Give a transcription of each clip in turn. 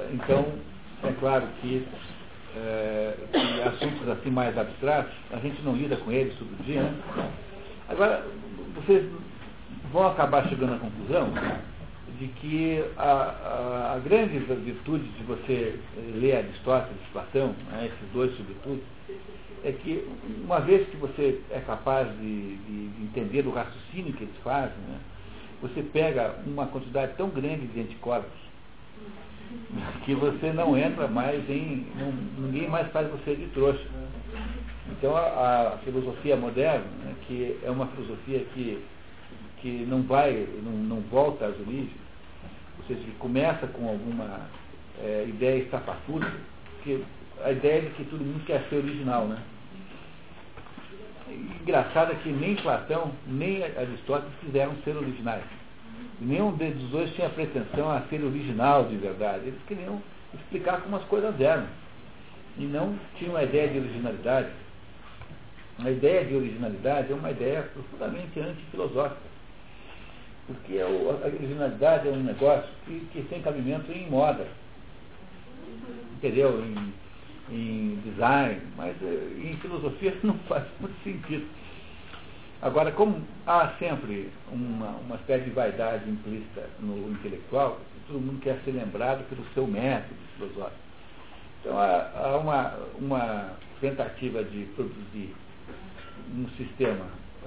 Então, é claro que assuntos assim mais abstratos, a gente não lida com eles todo dia, né? Agora, vocês vão acabar chegando à conclusão de que a grande virtude de você ler Aristóteles e Platão, né, esses dois sobretudo, é que uma vez que você é capaz de entender o raciocínio que eles fazem, né, você pega uma quantidade tão grande de anticorpos que você não entra mais ninguém mais faz você de trouxa. Então a filosofia moderna, né, que é uma filosofia que não volta às origens, ou seja, que começa com alguma ideia estapafúrdia, que a ideia de que todo mundo quer ser original, né? Engraçado é que nem Platão, nem Aristóteles quiseram ser originais. Nenhum dos dois tinha pretensão a ser original de verdade. Eles queriam explicar como as coisas eram. E não tinham a ideia de originalidade. A ideia de originalidade é uma ideia profundamente antifilosófica. Porque a originalidade é um negócio que tem cabimento em moda. Entendeu? Em design, mas em filosofia não faz muito sentido. Agora, como há sempre uma espécie de vaidade implícita no intelectual, todo mundo quer ser lembrado pelo seu método filosófico. Então, há uma tentativa de produzir um sistema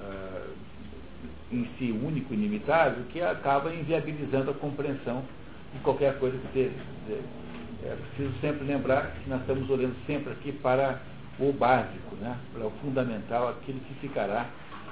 em si único e limitado que acaba inviabilizando a compreensão de qualquer coisa que seja. É preciso sempre lembrar que nós estamos olhando sempre aqui para o básico, né? Para o fundamental, aquilo que ficará,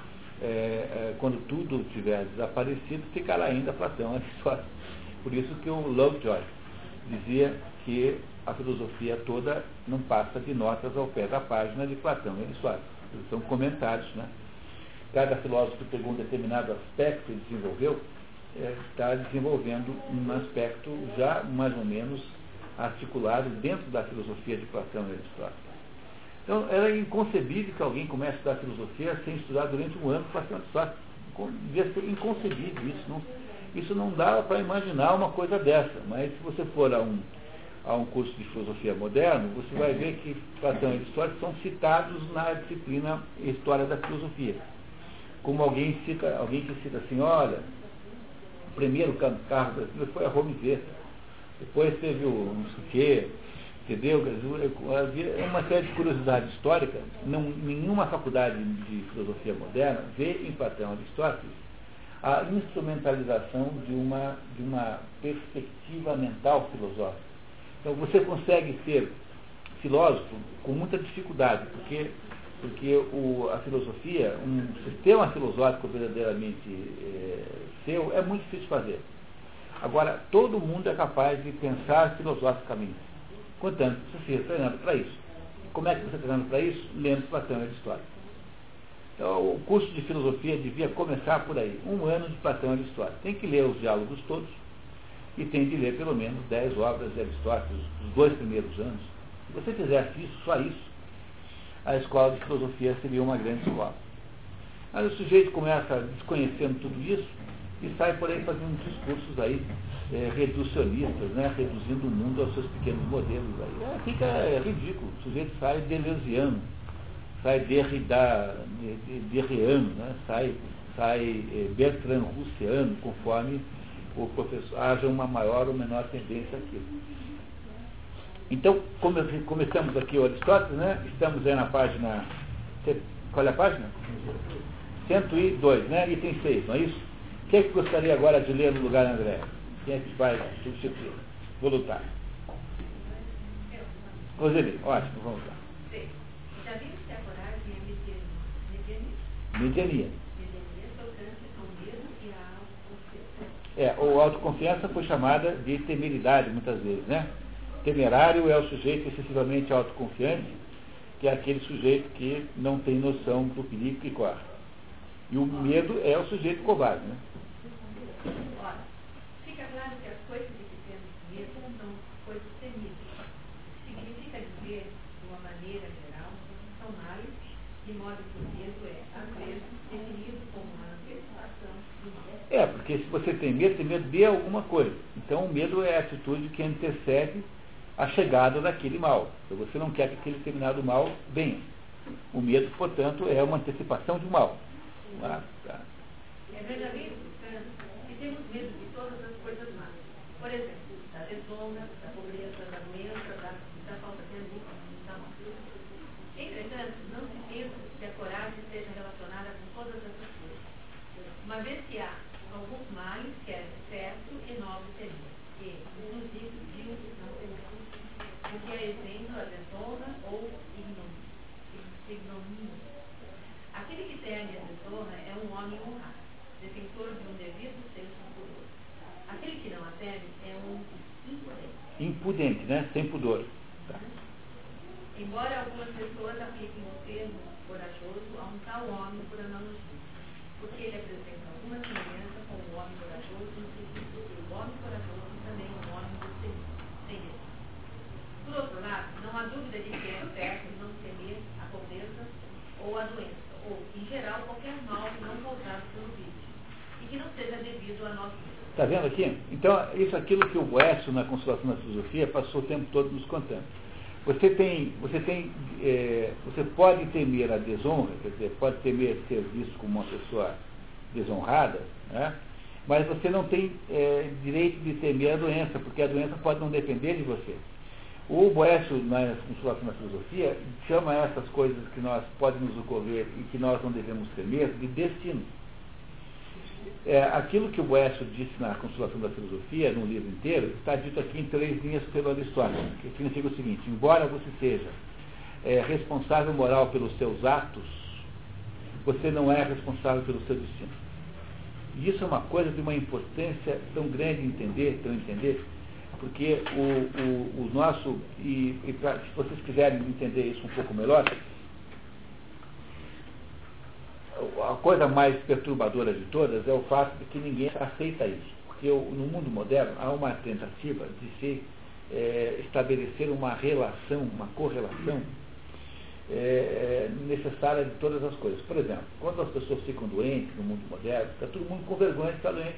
quando tudo tiver desaparecido, ficará ainda Platão, Aristóteles. Por isso que o Lovejoy dizia que a filosofia toda não passa de notas ao pé da página de Platão e Aristóteles. São comentários, né? Cada filósofo que pegou um determinado aspecto e desenvolveu, está desenvolvendo um aspecto já mais ou menos articulado dentro da filosofia de Platão e Aristóteles. Então, era inconcebível que alguém comece a estudar filosofia sem estudar durante um ano Platão e Aristóteles. Devia ser inconcebível isso. Isso não dava para imaginar uma coisa dessa. Mas se você for a um curso de filosofia moderno, você vai ver que Platão e Aristóteles são citados na disciplina História da Filosofia. Como alguém que cita assim, olha, o primeiro carro brasileiro foi a Rome Veta. Depois teve o não sei o quê, entendeu? Havia uma série de curiosidades históricas. Nenhuma faculdade de filosofia moderna vê em Platão e Aristóteles a instrumentalização de uma perspectiva mental filosófica. Então você consegue ser filósofo com muita dificuldade, porque a filosofia, um sistema filosófico verdadeiramente seu, é muito difícil de fazer. Agora, todo mundo é capaz de pensar filosoficamente, contanto que você esteja treinando para isso. Como é que você está treinando para isso? Lendo Platão e Aristóteles. Então, o curso de filosofia devia começar por aí, 1 ano de Platão e Aristóteles. Tem que ler os diálogos todos e tem de ler pelo menos 10 obras de Aristóteles, os 2 primeiros anos. Se você fizesse isso, só isso, a escola de filosofia seria uma grande escola. Mas o sujeito começa desconhecendo tudo isso e sai por aí fazendo discursos aí reducionistas, né, reduzindo o mundo aos seus pequenos modelos. Aí fica ridículo. O sujeito sai deleuziano, sai derridiano, né, sai Bertrand Russiano, conforme o professor haja uma maior ou menor tendência àquilo. Então, começamos aqui o Aristóteles, né? Estamos aí na página... Qual é a página? 102, né? Item 6, não é isso? Quem é que gostaria agora de ler no lugar da André? Quem é que vai substituir? Vou lutar. Roseli, ótimo, vamos lá. Já vimos que a coragem é mediania. Mediania. Mediania tocante ao medo e à autoconfiança. O autoconfiança foi chamada de temeridade muitas vezes, né? Temerário é o sujeito excessivamente autoconfiante, que é aquele sujeito que não tem noção do perigo que corre. E o medo é o sujeito covarde, né? Ora, fica claro que as coisas de que temos medo são coisas temíveis. Significa dizer, de uma maneira geral, são males, de modo que o medo é, às vezes, definido como uma antecipação do mal. Porque se você tem medo de alguma coisa. Então o medo é a atitude que antecede a chegada daquele mal. Então você não quer que aquele determinado mal venha. O medo, portanto, é uma antecipação de um mal. Tá. É verdadeiro que temos medo de todas as coisas más. Por exemplo, da desonra, da pobreza, da doença, da falta de amor, da morte. Entretanto, não se pensa que a coragem esteja relacionada com todas essas coisas. Uma vez que há alguns males que é certo e nobre temer, e, inclusive, Deus não temer. O que é exemplo a desonra ou ignomínia. Aquele que teme a desonra é um homem honrado, detentor de um devido senso pudor. Aquele que não a teme é um impudente. Impudente, né? Sem pudor. Tá. Embora algumas pessoas apliquem o termo corajoso a um tal homem por analogia, porque ele apresenta alguma semelhança com o homem corajoso no sentido de que o homem corajoso também é um homem do Senhor, sem medo. Por outro lado, não há dúvida de que é certo não temer a pobreza ou a doença, ou, em geral, qualquer mal não causado pelo vírus, e que não seja devido a nós mesmos. Está vendo aqui? Então, isso é aquilo que o Boécio, na Consolação da Filosofia, passou o tempo todo nos contando. Você pode temer a desonra, quer dizer, pode temer ser visto como uma pessoa desonrada, né? Mas você não tem direito de temer a doença, porque a doença pode não depender de você. O Boécio, na Consolação da Filosofia, chama essas coisas que podem nos ocorrer e que nós não devemos temer de destino. Aquilo que o Boécio disse na Consolação da Filosofia, no livro inteiro, está dito aqui em 3 linhas pelo Aristóteles, que significa o seguinte: embora você seja responsável moral pelos seus atos, você não é responsável pelo seu destino. E isso é uma coisa de uma importância tão grande entender, porque o nosso, se vocês quiserem entender isso um pouco melhor, a coisa mais perturbadora de todas é o fato de que ninguém aceita isso. Porque no mundo moderno há uma tentativa de se estabelecer uma relação, uma correlação necessária de todas as coisas. Por exemplo, quando as pessoas ficam doentes no mundo moderno, está todo mundo com vergonha de estar doente.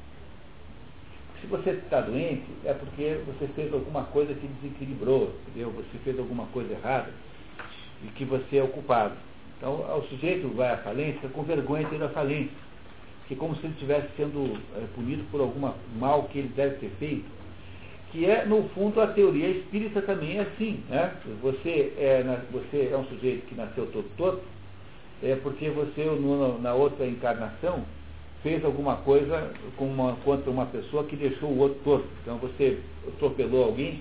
Se você está doente, é porque você fez alguma coisa que desequilibrou, entendeu? Você fez alguma coisa errada e que você é o culpado. Então, o sujeito vai à falência com vergonha de ir à falência, que é como se ele estivesse sendo punido por algum mal que ele deve ter feito, que é, no fundo, a teoria espírita também é assim, né? Você é um sujeito que nasceu todo torto, porque você, na outra encarnação, fez alguma coisa contra uma pessoa que deixou o outro torto. Então, você atropelou alguém,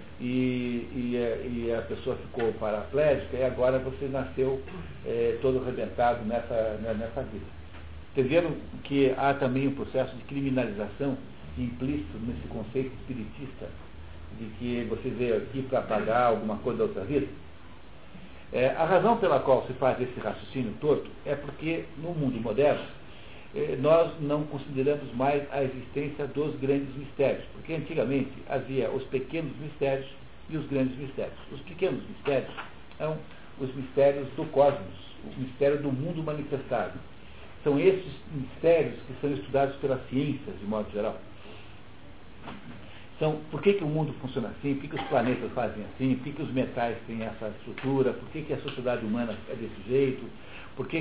e a pessoa ficou paraplégica e agora você nasceu todo arrebentado nessa vida. Entenderam que há também um processo de criminalização implícito nesse conceito espiritista de que você veio aqui para pagar alguma coisa da outra vida? A razão pela qual se faz esse raciocínio torto é porque no mundo moderno nós não consideramos mais a existência dos grandes mistérios, porque antigamente havia os pequenos mistérios e os grandes mistérios. Os pequenos mistérios são os mistérios do cosmos, o mistério do mundo manifestado. São esses mistérios que são estudados pelas ciências, de modo geral. Então, por que o mundo funciona assim? Por que os planetas fazem assim? Por que os metais têm essa estrutura? Por que a sociedade humana é desse jeito? Por que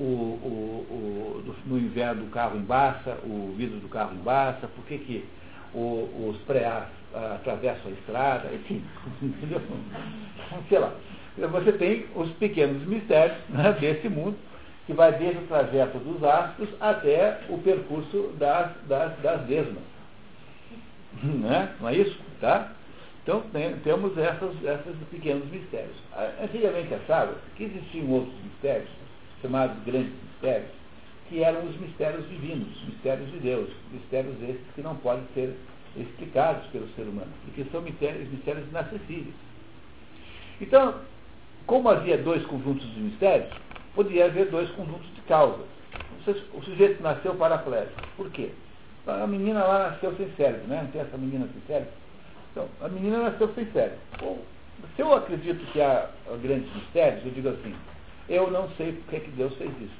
no inverno o carro embaça, o vidro do carro embaça? Por que os preás atravessam a estrada? Enfim, entendeu? Sei lá. Você tem os pequenos mistérios, né, desse mundo, que vai desde o trajeto dos astros até o percurso das lesmas. Né? Não é isso? Tá? Então temos esses pequenos mistérios. Antigamente achava que existiam outros mistérios, chamados grandes mistérios, que eram os mistérios divinos, os mistérios de Deus, mistérios esses que não podem ser explicados pelo ser humano, porque são mistérios inacessíveis. Então, como havia 2 conjuntos de mistérios, podia haver 2 conjuntos de causas. O sujeito nasceu paraplégico. Por quê? A menina lá nasceu sem cérebro, né? Não tem essa menina sem cérebro? Então, a menina nasceu sem cérebro. Se eu acredito que há grandes mistérios, eu digo assim, eu não sei por que Deus fez isso.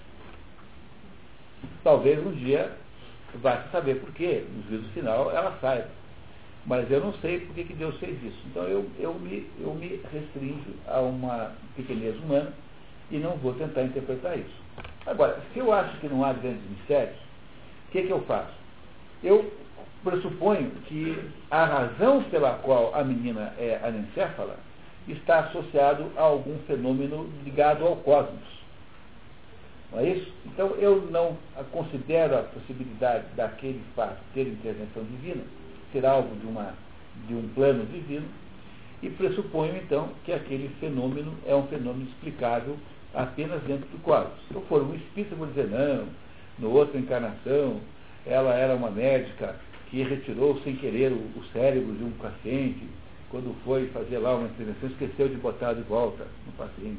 Talvez um dia vai saber por quê, no juízo final ela saiba. mas eu não sei por que Deus fez isso. Então eu me restringo a uma pequenez humana e não vou tentar interpretar isso. Agora, se eu acho que não há grandes mistérios, o que eu faço? Eu pressuponho que a razão pela qual a menina é anencéfala está associado a algum fenômeno ligado ao cosmos. Não é isso? Então eu não considero a possibilidade daquele fato ter intervenção divina, ser alvo de um plano divino, e pressuponho então que aquele fenômeno é um fenômeno explicável apenas dentro do cosmos. Se eu for um espírito, eu vou dizer não, no outra encarnação, ela era uma médica que retirou sem querer o cérebro de um paciente, quando foi fazer lá uma intervenção, esqueceu de botar de volta no paciente.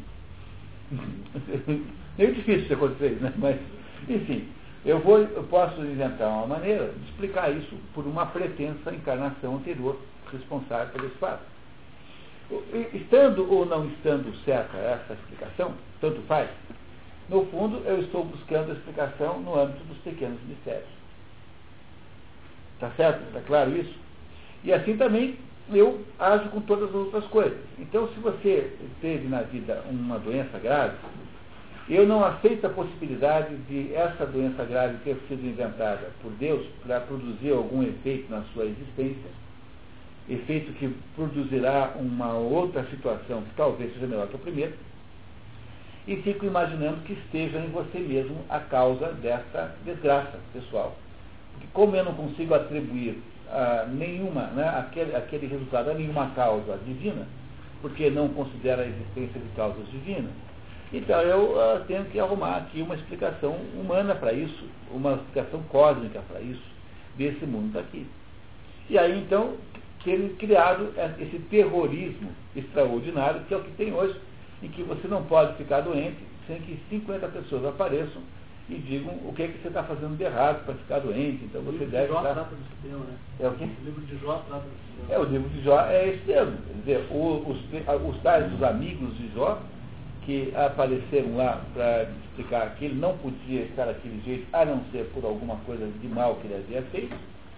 Meio difícil de acontecer, né? Mas, enfim, eu posso inventar uma maneira de explicar isso por uma pretensa encarnação anterior responsável por esse fato. Estando ou não estando certa essa explicação, tanto faz, no fundo eu estou buscando a explicação no âmbito dos pequenos mistérios. Está certo? Está claro isso? E assim também eu ajo com todas as outras coisas. Então, se você teve na vida uma doença grave, eu não aceito a possibilidade de essa doença grave ter sido inventada por Deus para produzir algum efeito na sua existência, efeito que produzirá uma outra situação que talvez seja melhor que a primeira, e fico imaginando que esteja em você mesmo a causa dessa desgraça pessoal. Porque como eu não consigo atribuir nenhuma, né, aquele resultado a nenhuma causa divina, porque não considero a existência de causas divinas, então eu tenho que arrumar aqui uma explicação humana para isso, uma explicação cósmica para isso, desse mundo daqui. E aí então ter criado esse terrorismo extraordinário, que é o que tem hoje, em que você não pode ficar doente sem que 50 pessoas apareçam e digam o que você está fazendo de errado para ficar doente. Então você deve estar... trata desse tema, né? É o quê? O livro de Jó trata desse tema. O livro de Jó é esse mesmo. Quer dizer, os tais dos amigos de Jó, que apareceram lá para explicar que ele não podia estar daquele jeito, a não ser por alguma coisa de mal que ele havia feito,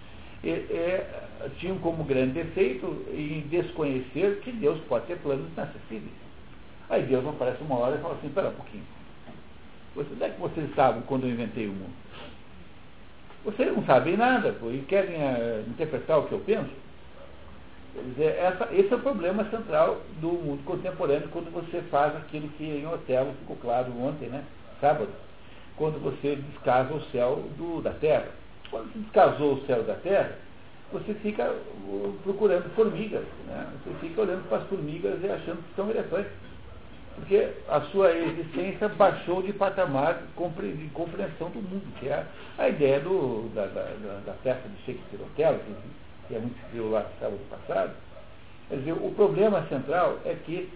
tinham como grande defeito em desconhecer que Deus pode ter planos inacessíveis. Aí Deus aparece uma hora e fala assim, espera um pouquinho. Onde é que vocês estavam quando eu inventei o mundo? Vocês não sabem nada, pô, e querem interpretar o que eu penso? Quer dizer, esse é o problema central do mundo contemporâneo quando você faz aquilo que em Otelo ficou claro ontem, né? Sábado, quando você descasa o céu da terra. Quando você descasou o céu da terra, você fica procurando formigas, né? Você fica olhando para as formigas e achando que são elefantes. Porque a sua existência baixou de patamar de compreensão do mundo, que é a ideia da peça de Shakespeare, Otelo, que é muito escrito lá no sábado passado. Quer dizer, o problema central é que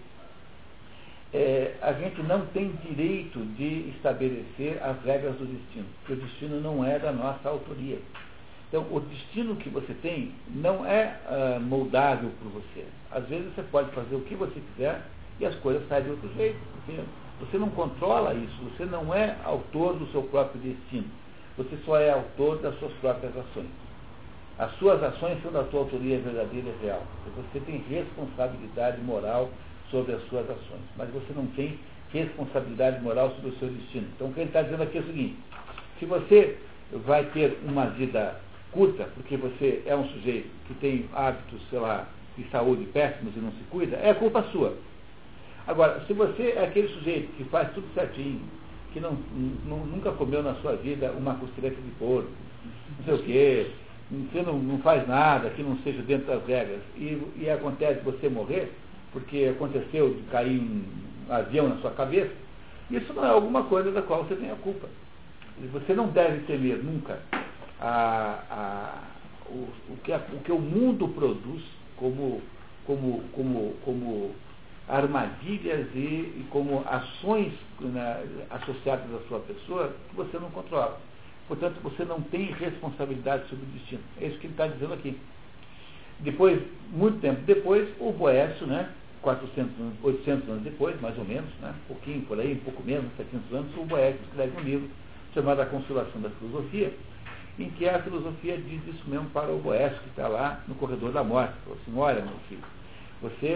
a gente não tem direito de estabelecer as regras do destino, porque o destino não é da nossa autoria. Então, o destino que você tem não é moldável por você. Às vezes você pode fazer o que você quiser e as coisas saem de outro jeito. Porque você não controla isso, você não é autor do seu próprio destino. Você só é autor das suas próprias ações. As suas ações são da sua autoria verdadeira e real. Você tem responsabilidade moral sobre as suas ações, mas você não tem responsabilidade moral sobre o seu destino. Então o que ele está dizendo aqui é o seguinte: se você vai ter uma vida curta, porque você é um sujeito que tem hábitos, sei lá, de saúde péssimos e não se cuida, é culpa sua. Agora, se você é aquele sujeito que faz tudo certinho, que nunca comeu na sua vida uma costeleta de porco, não sei o quê, você não faz nada que não seja dentro das regras, e acontece você morrer, porque aconteceu de cair um avião na sua cabeça, isso não é alguma coisa da qual você tem a culpa. Você não deve temer nunca o que o mundo produz como armadilhas e como ações associadas à sua pessoa que você não controla. Portanto, você não tem responsabilidade sobre o destino. É isso que ele está dizendo aqui. Depois, muito tempo depois, o Boécio, né, 800 anos depois, mais ou menos, né, um pouquinho por aí, um pouco menos, 700 anos, o Boécio escreve um livro chamado A Consolação da Filosofia, em que a filosofia diz isso mesmo para o Boécio, que está lá no corredor da morte. Falou assim, olha, meu filho, você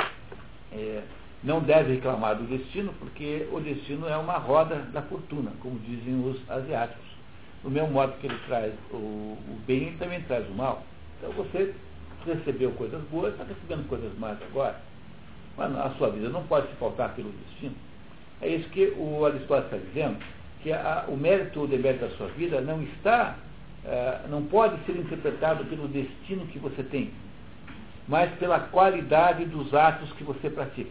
não deve reclamar do destino, porque o destino é uma roda da fortuna, como dizem os asiáticos. Do mesmo modo que ele traz o bem, ele também traz o mal. Então você recebeu coisas boas, está recebendo coisas más agora. Mas a sua vida não pode se faltar pelo destino. É isso que o Aristóteles está dizendo, que o mérito ou demérito da sua vida não pode ser interpretado pelo destino que você tem, mas pela qualidade dos atos que você pratica.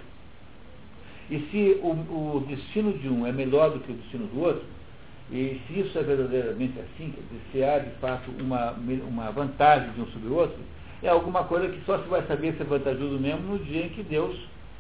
E se o destino de um é melhor do que o destino do outro, e se isso é verdadeiramente assim, quer dizer, se há de fato uma vantagem de um sobre o outro, é alguma coisa que só se vai saber se é vantajoso mesmo no dia em que Deus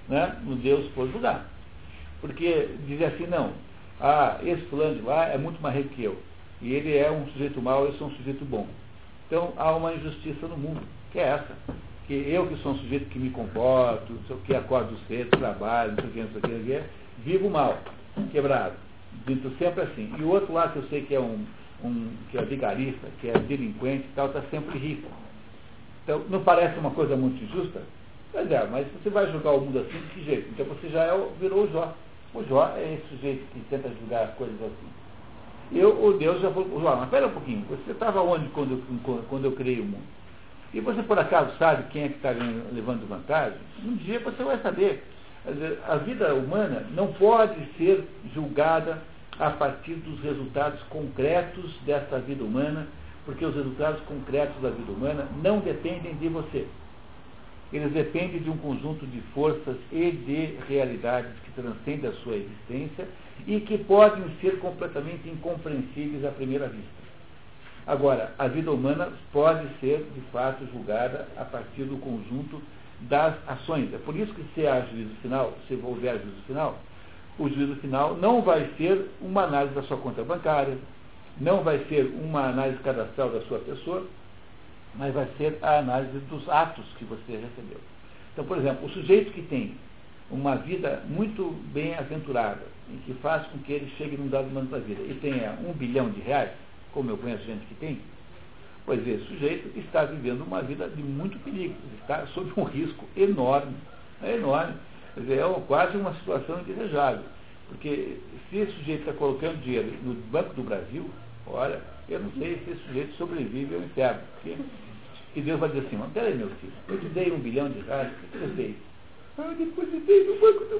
for julgar. Porque dizer assim, não, esse fulano de lá é muito mais rico que eu, e ele é um sujeito mau, eu sou um sujeito bom. Então há uma injustiça no mundo, que é essa, que eu que sou um sujeito que me comporto, não sei o que, acordo cedo, trabalho, não sei o que, vivo mal, quebrado, dito sempre assim. E o outro lá que eu sei que é que é vigarista, que é delinquente e tal, está sempre rico. Então, não parece uma coisa muito injusta? Pois é, mas você vai julgar o mundo assim de que jeito? Então você já virou o Jó. O Jó é esse sujeito que tenta julgar as coisas assim. O Deus já falou, Jó, mas espera um pouquinho, você estava onde quando eu criei o mundo? E você por acaso sabe quem é que está levando vantagem? Um dia você vai saber. Quer dizer, a vida humana não pode ser julgada a partir dos resultados concretos dessa vida humana, porque os resultados concretos da vida humana não dependem de você. Eles dependem de um conjunto de forças e de realidades que transcendem a sua existência e que podem ser completamente incompreensíveis à primeira vista. Agora, a vida humana pode ser, de fato, julgada a partir do conjunto das ações. É por isso que se há juízo final, se houver juízo final, o juízo final não vai ser uma análise da sua conta bancária, não vai ser uma análise cadastral da sua pessoa, mas vai ser a análise dos atos que você recebeu. Então, por exemplo, o sujeito que tem uma vida muito bem aventurada, e que faz com que ele chegue num dado momento da vida, e tenha R$1 bilhão, como eu conheço gente que tem, pois esse sujeito está vivendo uma vida de muito perigo, está sob um risco enorme, enorme. Quer dizer, é quase uma situação indesejável, porque se esse sujeito está colocando dinheiro no Banco do Brasil, olha, eu não sei se esse sujeito sobrevive ao inferno, porque e Deus vai dizer assim, mas peraí, meu filho, eu te dei R$1 bilhão, o que você fez? Eu depositei no Banco do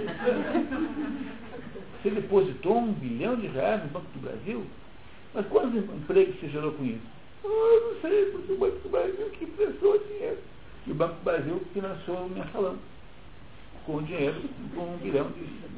Brasil. Você depositou R$1 bilhão no Banco do Brasil? Mas quantos empregos você gerou com isso? Eu não sei, porque o Banco do Brasil que emprestou dinheiro. E o Banco do Brasil financiou o mensalão com dinheiro, com R$1 bilhão.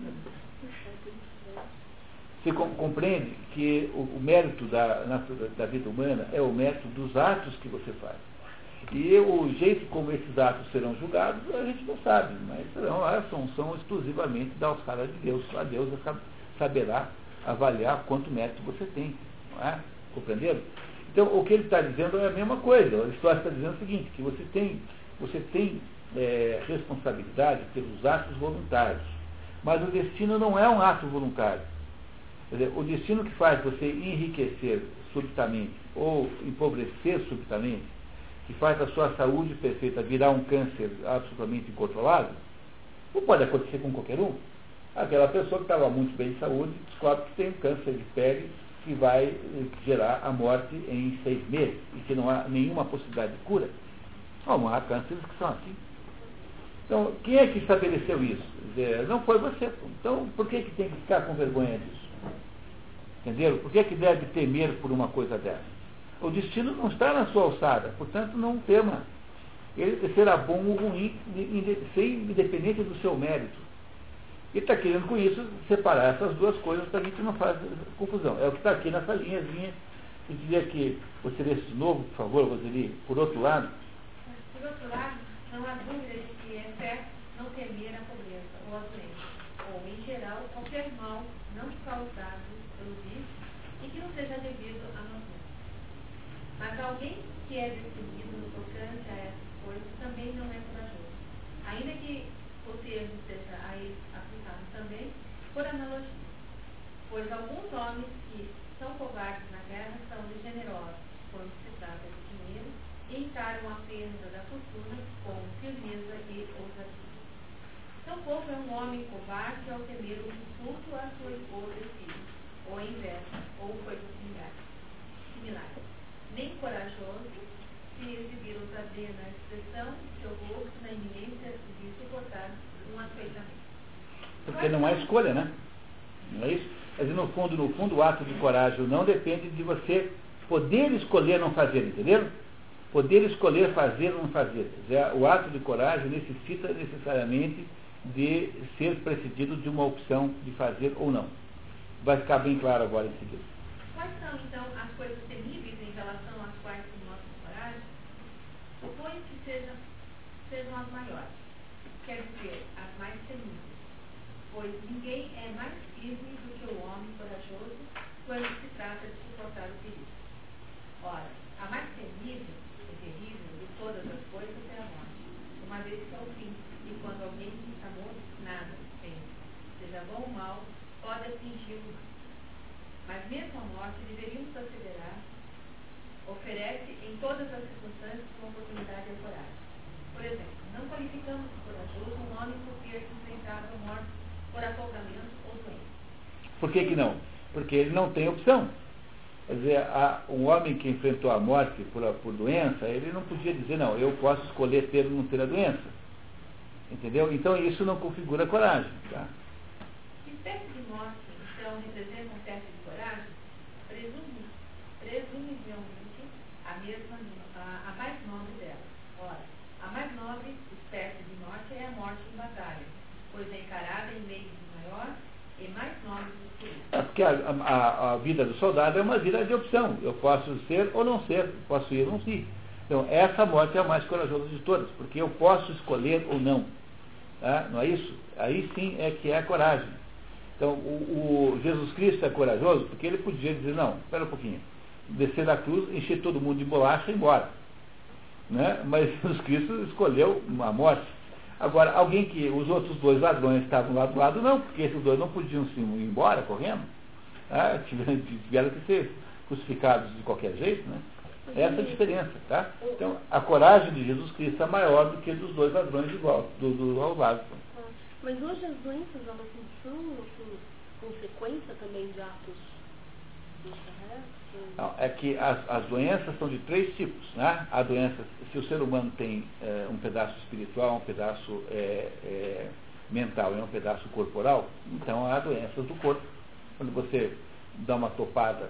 Você compreende que o mérito da vida humana é o mérito dos atos que você faz. E o jeito como esses atos serão julgados, a gente não sabe, mas são exclusivamente da alçada de Deus. Só Deus saberá avaliar quanto mérito você tem. Não é? Compreenderam? Então, o que ele está dizendo é a mesma coisa. A história está dizendo o seguinte, que você tem responsabilidade pelos atos voluntários. Mas o destino não é um ato voluntário. Quer dizer, o destino que faz você enriquecer subitamente ou empobrecer subitamente, que faz a sua saúde perfeita virar um câncer absolutamente incontrolável, não pode acontecer com qualquer um. Aquela pessoa que estava muito bem de saúde descobre que tem um câncer de pele que vai gerar a morte em 6 meses e que não há nenhuma possibilidade de cura. Não há cânceres que são assim. Então, quem é que estabeleceu isso? Não foi você. Então, por que tem que ficar com vergonha disso? Entenderam? Por que deve temer por uma coisa dessa? O destino não está na sua alçada, portanto, não tema. Ele será bom ou ruim, independente do seu mérito. E está querendo com isso separar essas duas coisas para que a gente não faça confusão. É o que está aqui nessa linhazinha. Eu diria que você lê de novo, por favor, Roseli, por outro lado. Por outro lado, não há dúvida de que é certo não temer a pobreza ou a doença, ou, em geral, qualquer mal não causado pelo vício e que não seja devido a nós mesmos. Mas alguém que é decidido no tocante a essas coisas também não é corajoso, ainda que o termo seja a ele aplicado também por analogia. Pois alguns homens que são covardes na guerra são os generosos, quando se trata de dinheiro, e encaram a perda da fortuna com firmeza e ousadia. Tampouco é um homem covarde ao temer o insulto à sua esposa e filho, ou a inveja, ou coisa similar. Nem corajoso se exibir ousadia na expressão de seu rosto na iminência de suportar um açoitamento. Porque não é escolha, né? Não é isso? Quer dizer, no fundo, o ato de coragem não depende de você poder escolher não fazer, entendeu? Poder escolher fazer ou não fazer. Quer dizer, o ato de coragem necessita necessariamente de ser precedido de uma opção de fazer ou não. Vai ficar bem claro agora em seguida. Quais são, então, as coisas temíveis em relação às quais se mostra coragem? Supõe que sejam as maiores, quer dizer, as mais temíveis, pois ninguém é mais firme do que o homem corajoso quando se trata de suportar o perigo. Ora, a mais terrível de todas as coisas é a morte, uma vez que é o fim, e quando alguém está morto, nada tem, seja bom ou mal, pode atingi-lo. Mas mesmo a morte deveríamos perseverar, oferece em todas as circunstâncias uma oportunidade à coragem. Por exemplo, não qualificamos de corajoso um homem por ter enfrentado a morte por afogamento ou doença. Por que não? Porque ele não tem opção. Quer dizer, um homem que enfrentou a morte por doença, ele não podia dizer, não, eu posso escolher ter ou não ter a doença. Entendeu? Então isso não configura coragem. Tá? Que espécie de morte, então, representa um teste de coragem? Presumivelmente a mais nobre dela. Ora, a mais nobre espécie de morte é a morte em batalha, pois é encarada em meio de maior e mais nobre dos perigos. É porque a vida do soldado é uma vida de opção. Eu posso ser ou não ser, posso ir ou não ir. Então, essa morte é a mais corajosa de todas, porque eu posso escolher ou não. Tá? Não é isso? Aí sim é que é a coragem. Então, o Jesus Cristo é corajoso porque ele podia dizer, não, espera um pouquinho, descer da cruz, encher todo mundo de bolacha e ir embora. Né? Mas Jesus Cristo escolheu a morte. Agora, alguém que os outros dois ladrões estavam lá do lado, não, porque esses dois não podiam se ir embora correndo. Tá? Tiveram que ser crucificados de qualquer jeito, né? Essa é a diferença, tá? Então, a coragem de Jesus Cristo é maior do que a dos dois ladrões de volta, ao lado. Mas hoje as doenças, elas não são, assim, consequência também de atos extraterrestres? Não, é que as doenças são de três tipos, né? A doença, se o ser humano tem um pedaço espiritual, um pedaço mental e um pedaço corporal, então há doenças do corpo. Quando você dá uma topada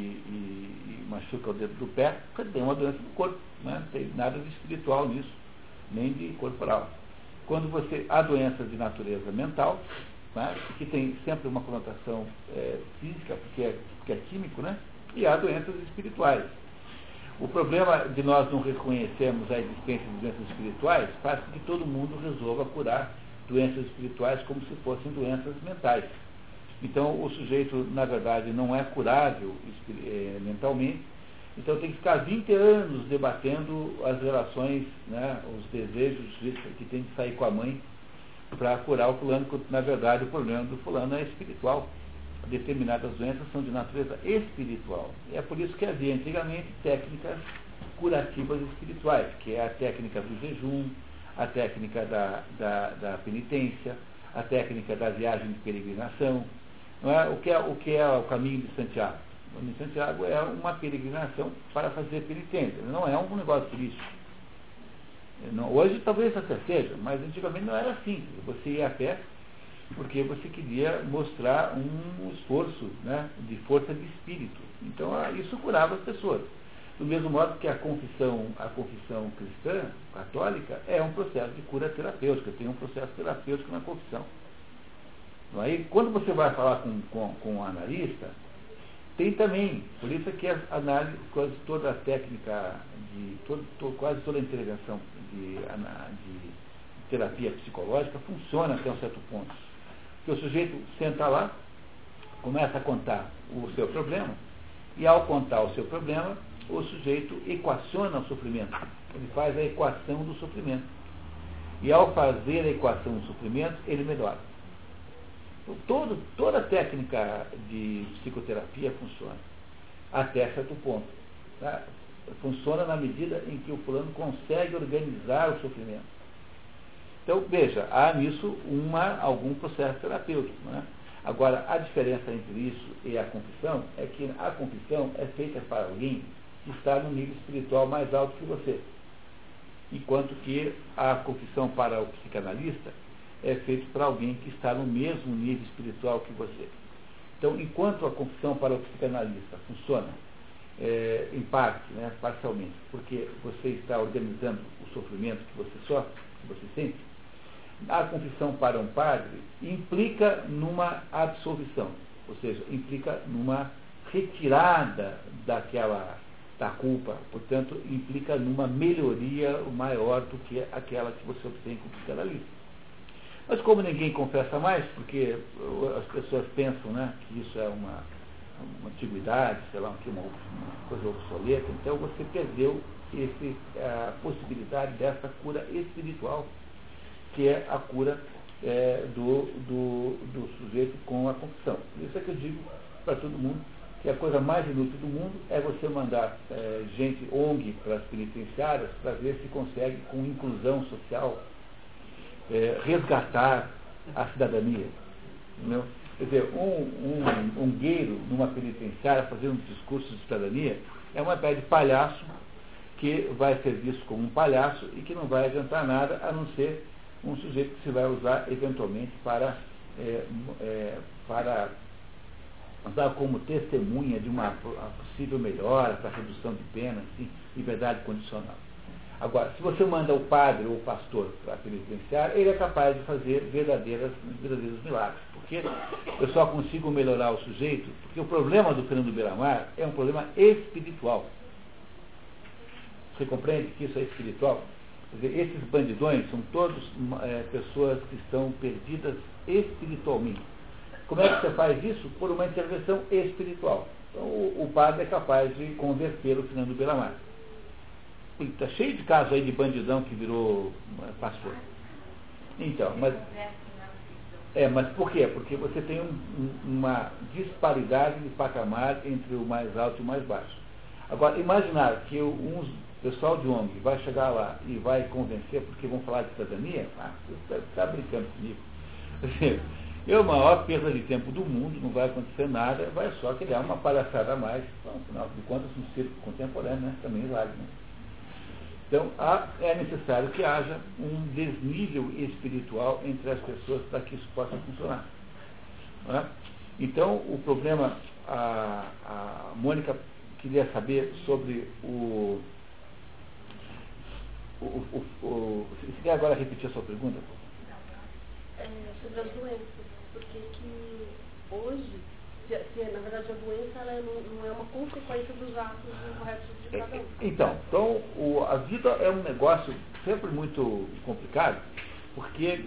e machuca o dedo do pé, você tem uma doença do corpo, né? Não tem nada de espiritual nisso, nem de corporal. Quando há doenças de natureza mental, né? Que tem sempre uma conotação física, porque é químico, né? E há doenças espirituais. O problema de nós não reconhecermos a existência de doenças espirituais faz com que todo mundo resolva curar doenças espirituais como se fossem doenças mentais. Então, o sujeito, na verdade, não é curável mentalmente, então tem que ficar 20 anos debatendo as relações, né, os desejos que tem de sair com a mãe para curar o fulano, quando, na verdade, o problema do fulano é espiritual. Determinadas doenças são de natureza espiritual. E é por isso que havia antigamente técnicas curativas espirituais, que é a técnica do jejum, a técnica da penitência, a técnica da viagem de peregrinação. Não é? O que é o caminho de Santiago? O caminho de Santiago é uma peregrinação para fazer penitência, não é um negócio turístico. Hoje talvez até seja, mas antigamente não era assim. Você ia a pé porque você queria mostrar um esforço, né, de força de espírito. Então isso curava as pessoas. Do mesmo modo que a confissão cristã, católica, é um processo de cura terapêutica, tem um processo terapêutico na confissão. Aí, quando você vai falar com um analista, tem também, por isso é que a análise, quase toda a técnica, quase toda a intervenção de terapia psicológica funciona até um certo ponto. Porque o sujeito senta lá, começa a contar o seu problema, e ao contar o seu problema, o sujeito equaciona o sofrimento. Ele faz a equação do sofrimento. E ao fazer a equação do sofrimento, ele melhora. Então, toda a técnica de psicoterapia funciona. até certo ponto. Tá? Funciona na medida em que o fulano consegue organizar o sofrimento. Então, veja, há nisso algum processo terapêutico. Né? Agora, a diferença entre isso e a confissão é que a confissão é feita para alguém que está no nível espiritual mais alto que você, enquanto que a confissão para o psicanalista é feita para alguém que está no mesmo nível espiritual que você. Então, enquanto a confissão para o psicanalista funciona, em parte, né, parcialmente, porque você está organizando o sofrimento que você sofre, que você sente, a confissão para um padre implica numa absolvição, ou seja, implica numa retirada da culpa, portanto, implica numa melhoria maior do que aquela que você obtém com o psicanalista. Mas como ninguém confessa mais, porque as pessoas pensam, né, que isso é uma antiguidade, sei lá, uma coisa obsoleta, então você perdeu a possibilidade dessa cura espiritual, que é a cura do sujeito com a confissão. Isso é que eu digo para todo mundo, que a coisa mais inútil do mundo é você mandar gente ONG para as penitenciárias para ver se consegue, com inclusão social, resgatar a cidadania. Entendeu? Quer dizer, um gueiro numa penitenciária fazendo um discurso de cidadania é uma espécie de palhaço que vai ser visto como um palhaço e que não vai adiantar nada a não ser um sujeito que se vai usar eventualmente para usar como testemunha de uma possível melhora para redução de pena, assim, liberdade condicional. Agora, se você manda o padre ou o pastor para a penitenciária, ele é capaz de fazer verdadeiros milagres. Porque eu só consigo melhorar o sujeito, porque o problema do Fernando Beiramar é um problema espiritual. Você compreende que isso é espiritual? Quer dizer, esses bandidões são todos pessoas que estão perdidas espiritualmente. Como é que você faz isso? Por uma intervenção espiritual. Então, o padre é capaz de converter o Fernando Beiramar. Está cheio de casos aí de bandidão que virou pastor. Então, mas por quê? Porque você tem uma disparidade de patamar entre o mais alto e o mais baixo. Agora, imaginar que pessoal de ONG vai chegar lá e vai convencer porque vão falar de cidadania, você está brincando comigo. É a maior perda de tempo do mundo, não vai acontecer nada, vai só criar uma palhaçada a mais. Então, afinal de contas, no circo contemporâneo, né, também vale, né? Então, é necessário que haja um desnível espiritual entre as pessoas para que isso possa funcionar. Não é? Então, o problema, a Mônica queria saber sobre você quer agora repetir a sua pergunta? Sobre as doenças. Porque que hoje, na verdade, a doença ela não é uma consequência dos atos incorretos de cada um. Então a vida é um negócio sempre muito complicado, porque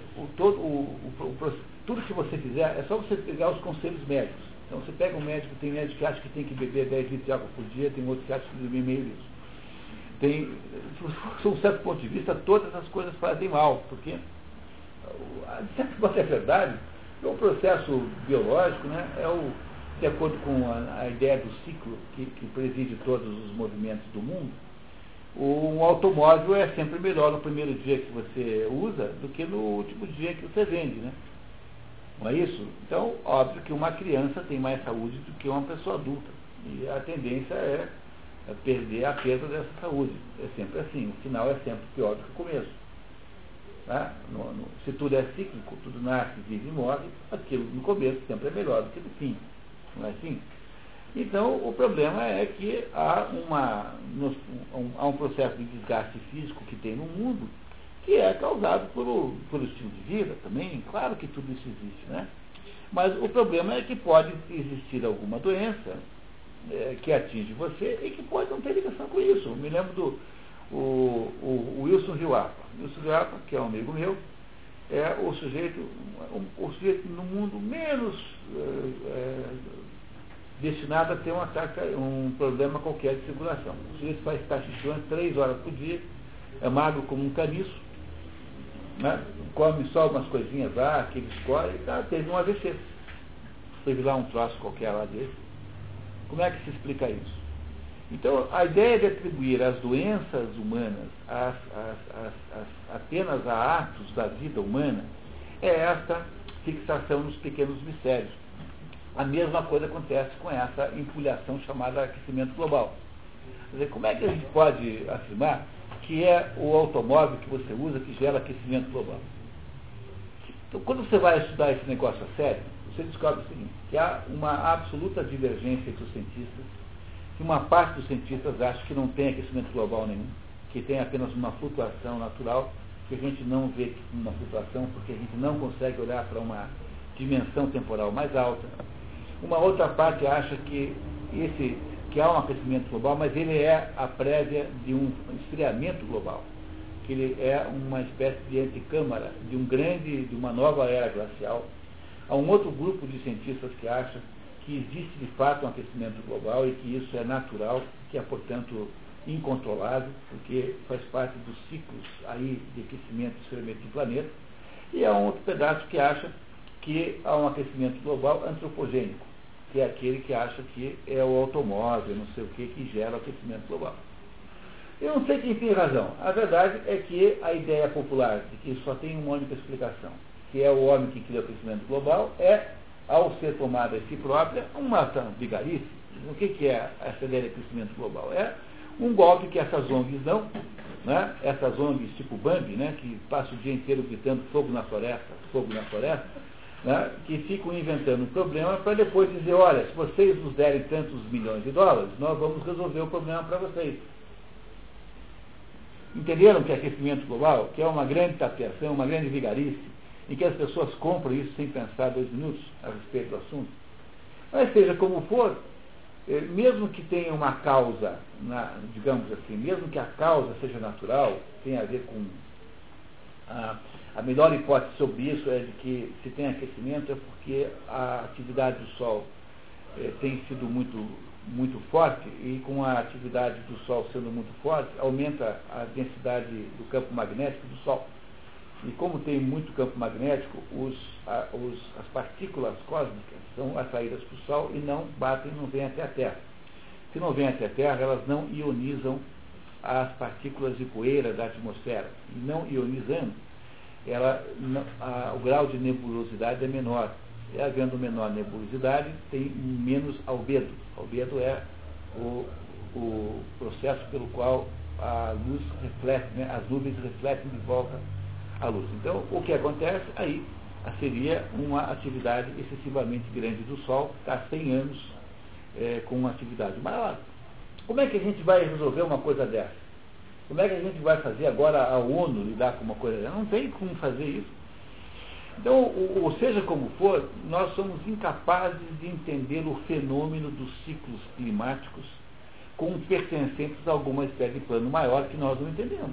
tudo que você fizer é só você pegar os conselhos médicos. Então você pega um médico, tem médico que acha que tem que beber 10 litros de água por dia, tem outro que acha que tem que beber meio litro. De um certo ponto de vista, todas as coisas fazem mal, porque, de certo ponto é verdade, o processo biológico, né, de acordo com a ideia do ciclo que preside todos os movimentos do mundo, um automóvel é sempre melhor no primeiro dia que você usa do que no último dia que você vende, né? Não é isso? Então, óbvio que uma criança tem mais saúde do que uma pessoa adulta. E a tendência é perder a perda dessa saúde. É sempre assim, o final é sempre pior do que o começo. Tá? Se tudo é cíclico, tudo nasce, vive e morre, aquilo no começo sempre é melhor do que no fim. Não é assim? Então, o problema é que há um processo de desgaste físico que tem no mundo que é causado pelo estilo de vida também. Claro que tudo isso existe, né? Mas o problema é que pode existir alguma doença que atinge você e que pode não ter ligação com isso. Eu me lembro do Wilson Riwapa. Wilson Riwapa, que é um amigo meu, é o sujeito no mundo menos destinado a ter um problema qualquer de circulação. O sujeito faz taxichuan 3 horas por dia, é magro como um caniço, né? Come só umas coisinhas lá, que ele escolhe, teve um AVC. Teve lá um troço qualquer lá dele. Como é que se explica isso? Então, a ideia de atribuir as doenças humanas apenas a atos da vida humana é esta fixação nos pequenos mistérios. A mesma coisa acontece com essa empulhação chamada aquecimento global. Quer dizer, como é que a gente pode afirmar que é o automóvel que você usa que gera aquecimento global? Então, quando você vai estudar esse negócio a sério, você descobre o seguinte, que há uma absoluta divergência entre os cientistas, que uma parte dos cientistas acha que não tem aquecimento global nenhum, que tem apenas uma flutuação natural, que a gente não vê uma flutuação porque a gente não consegue olhar para uma dimensão temporal mais alta. Uma outra parte acha que há um aquecimento global, mas ele é a prévia de um esfriamento global, que ele é uma espécie de antecâmara de uma nova era glacial. Há um outro grupo de cientistas que acha que existe de fato um aquecimento global e que isso é natural, que é, portanto, incontrolável, porque faz parte dos ciclos aí de aquecimento e esfriamento do planeta. E há um outro pedaço que acha que há um aquecimento global antropogênico, que é aquele que acha que é o automóvel, não sei o que gera o aquecimento global. Eu não sei quem tem razão. A verdade é que a ideia popular de que só tem uma única explicação, que é o homem que cria o aquecimento global, ao ser tomada em si própria, uma vigarice. O que é essa ideia de aquecimento global? É um golpe que essas ONGs dão, né? Essas ONGs tipo Bambi, né? Que passam o dia inteiro gritando fogo na floresta, né? Que ficam inventando um problema para depois dizer, olha, se vocês nos derem tantos milhões de dólares, nós vamos resolver o problema para vocês. Entenderam que é aquecimento global, que é uma grande tapeação, uma grande vigarice, em que as pessoas compram isso sem pensar 2 minutos a respeito do assunto? Mas seja como for, mesmo que tenha uma causa, digamos assim, mesmo que a causa seja natural, tenha a ver com a melhor hipótese sobre isso é de que se tem aquecimento é porque a atividade do Sol tem sido muito forte, e com a atividade do Sol sendo muito forte, aumenta a densidade do campo magnético do Sol. E como tem muito campo magnético, as partículas cósmicas são atraídas para o Sol e não batem, não vêm até a Terra. Se não vêm até a Terra, elas não ionizam as partículas de poeira da atmosfera. E não ionizando, o grau de nebulosidade é menor. E havendo menor nebulosidade, tem menos albedo. Albedo é o processo pelo qual a luz reflete, né? As nuvens refletem de volta a luz. Então, o que acontece aí seria uma atividade excessivamente grande do Sol, que está há 100 anos com uma atividade maior. Como é que a gente vai resolver uma coisa dessa? Como é que a gente vai fazer agora a ONU lidar com uma coisa dessa? Não tem como fazer isso. Então, ou seja como for, nós somos incapazes de entender o fenômeno dos ciclos climáticos como pertencentes a alguma espécie de plano maior que nós não entendemos.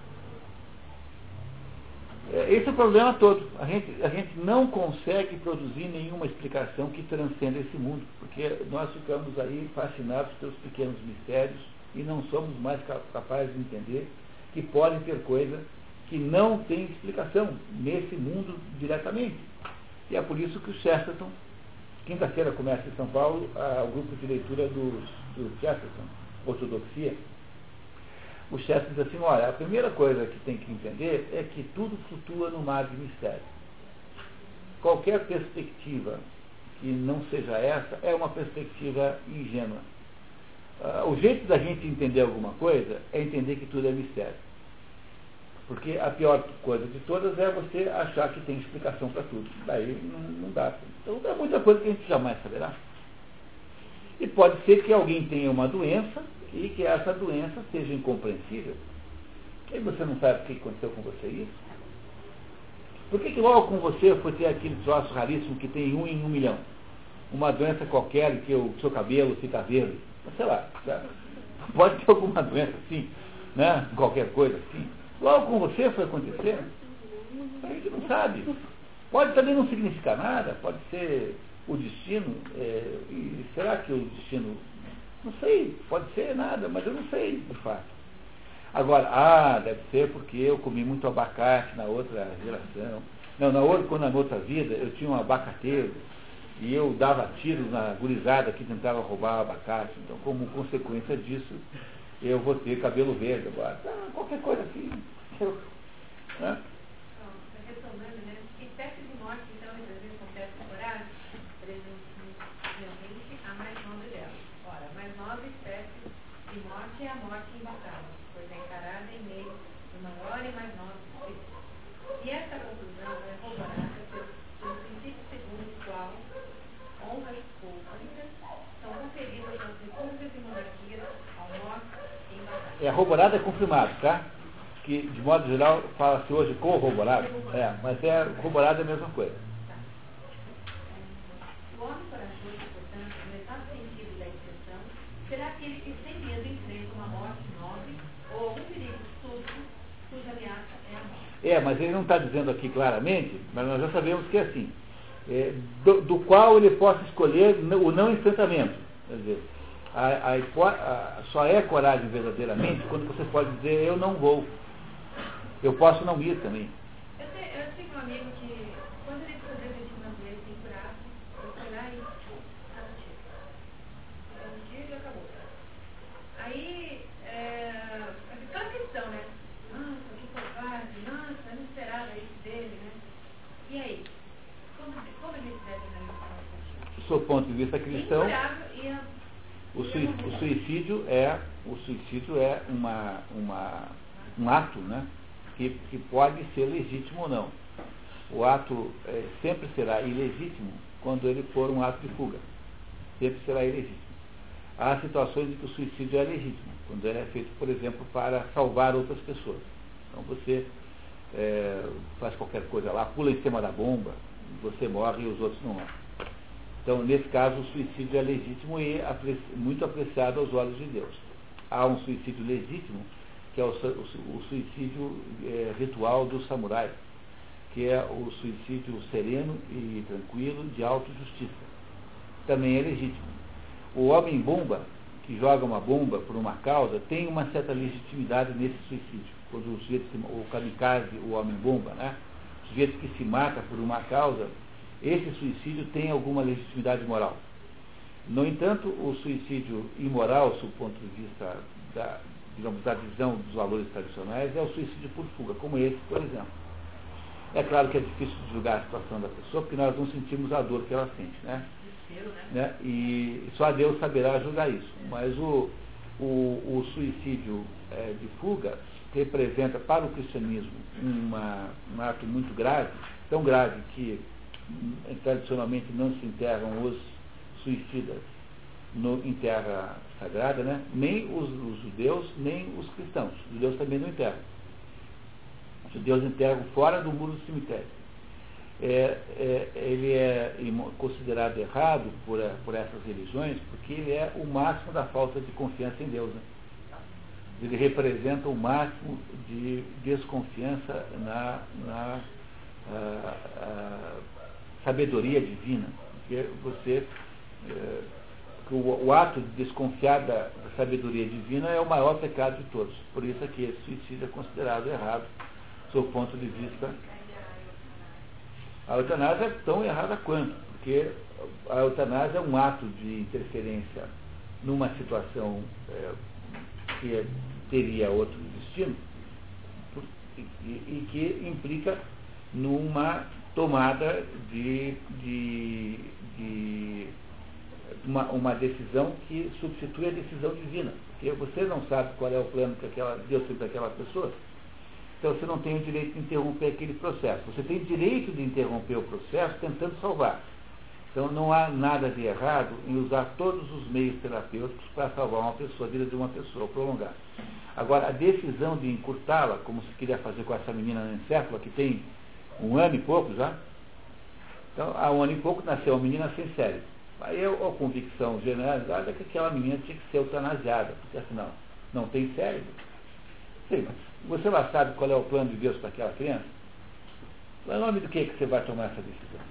Esse é o problema todo. A gente não consegue produzir nenhuma explicação que transcenda esse mundo, porque nós ficamos aí fascinados pelos pequenos mistérios e não somos mais capazes de entender que podem ter coisas que não têm explicação nesse mundo diretamente. E é por isso que o Chesterton, quinta-feira começa em São Paulo, o grupo de leitura do Chesterton, Ortodoxia. O Chesterton diz assim, olha, a primeira coisa que tem que entender é que tudo flutua no mar de mistério. Qualquer perspectiva que não seja essa é uma perspectiva ingênua. O jeito da gente entender alguma coisa é entender que tudo é mistério. Porque a pior coisa de todas é você achar que tem explicação para tudo. Daí não dá. Então é muita coisa que a gente jamais saberá. E pode ser que alguém tenha uma doença e que essa doença seja incompreensível. E você não sabe o que aconteceu com você isso? Por que logo com você foi ter aquele troço raríssimo que tem 1 em 1 milhão? Uma doença qualquer em que o seu cabelo fica verde? Sei lá. Sabe? Pode ter alguma doença assim, né? Qualquer coisa assim. Logo com você foi acontecer? A gente não sabe. Pode também não significar nada, pode ser o destino. E será que o destino... Não sei, pode ser nada, mas eu não sei, de fato. Agora, deve ser porque eu comi muito abacate na outra geração. Não, quando na outra vida eu tinha um abacateiro e eu dava tiros na gurizada que tentava roubar abacate. Então, como consequência disso, eu vou ter cabelo verde agora. Qualquer coisa assim. Né? Retomando, né? Que espécie de morte, então, representa um teste temporário? Presumivelmente a mais nobre dela. Ora, a mais nobre espécie de morte é a morte em batalha, pois é encarada em meio do maior e mais nobre espírito. E essa conclusão é corroborada pelo princípio segundo o qual honras públicas são conferidas nas repúblicas e monarquias ao morto em batalha. Corroborado é confirmado, tá? Que, de modo geral, fala-se hoje corroborado. Mas corroborado é a mesma coisa. O homem corajoso, portanto, no exato sentido da expressão, será aquele que sem medo enfrenta uma morte nobre ou algum perigo súbito cuja ameaça é a morte. Mas ele não está dizendo aqui claramente, mas nós já sabemos que é assim. Do qual ele possa escolher o não enfrentamento. Quer dizer, só é coragem verdadeiramente quando você pode dizer eu não vou. Eu posso não ir também. Eu tenho um amigo que, quando ele descobriu que tinha uma doença incurável, ele foi lá e então, um dia e acabou. Aí, aquela questão, né? Nossa, que covarde, nossa, eu não esperava isso dele, né? E aí? Como ele se deve analisar isso? Do seu ponto de vista cristão, o suicídio é um ato, né? Que pode ser legítimo ou não. O ato sempre será ilegítimo quando ele for um ato de fuga. Sempre será ilegítimo. Há situações em que o suicídio é legítimo, quando ele é feito, por exemplo, para salvar outras pessoas. Então você faz qualquer coisa lá, pula em cima da bomba, você morre e os outros não morrem. Então, nesse caso, o suicídio é legítimo e muito apreciado aos olhos de Deus. Há um suicídio legítimo, que é o suicídio ritual dos samurais, que é o suicídio sereno e tranquilo de autojustiça. Também é legítimo. O homem-bomba, que joga uma bomba por uma causa, tem uma certa legitimidade nesse suicídio. Quando o sujeito, o kamikaze, o homem-bomba, né? O sujeito que se mata por uma causa, esse suicídio tem alguma legitimidade moral. No entanto, o suicídio imoral, sob o ponto de vista da visão dos valores tradicionais, é o suicídio por fuga, como esse, por exemplo. É claro que é difícil de julgar a situação da pessoa, porque nós não sentimos a dor que ela sente, né? Né? E só Deus saberá julgar isso. Mas o suicídio de fuga representa para o cristianismo um ato muito grave, tão grave que tradicionalmente não se enterram os suicidas em terra sagrada, né? Nem os judeus, nem os cristãos. Os judeus também não enterram. Os judeus enterram fora do muro do cemitério. Ele é considerado errado por essas religiões porque ele é o máximo da falta de confiança em Deus, né? Ele representa o máximo de desconfiança na sabedoria divina, porque o ato de desconfiar da sabedoria divina é o maior pecado de todos. Por isso é que esse suicídio é considerado errado, sob o ponto de vista. A eutanásia é tão errada quanto, porque a eutanásia é um ato de interferência numa situação que teria outro destino e que implica numa tomada de uma decisão que substitui a decisão divina. Porque você não sabe qual é o plano que Deus tem para aquela pessoa, então você não tem o direito de interromper aquele processo. Você tem direito de interromper o processo tentando salvar. Então não há nada de errado em usar todos os meios terapêuticos para salvar uma pessoa, a vida de uma pessoa, prolongar. Agora, a decisão de encurtá-la, como se queria fazer com essa menina anencéfala, que tem 1 ano e pouco já, então há 1 ano e pouco nasceu uma menina sem cérebro. Aí a convicção generalizada é que aquela menina tinha que ser eutanasiada, porque afinal não tem cérebro. Sim, mas você lá sabe qual é o plano de Deus para aquela criança? Em nome do que você vai tomar essa decisão?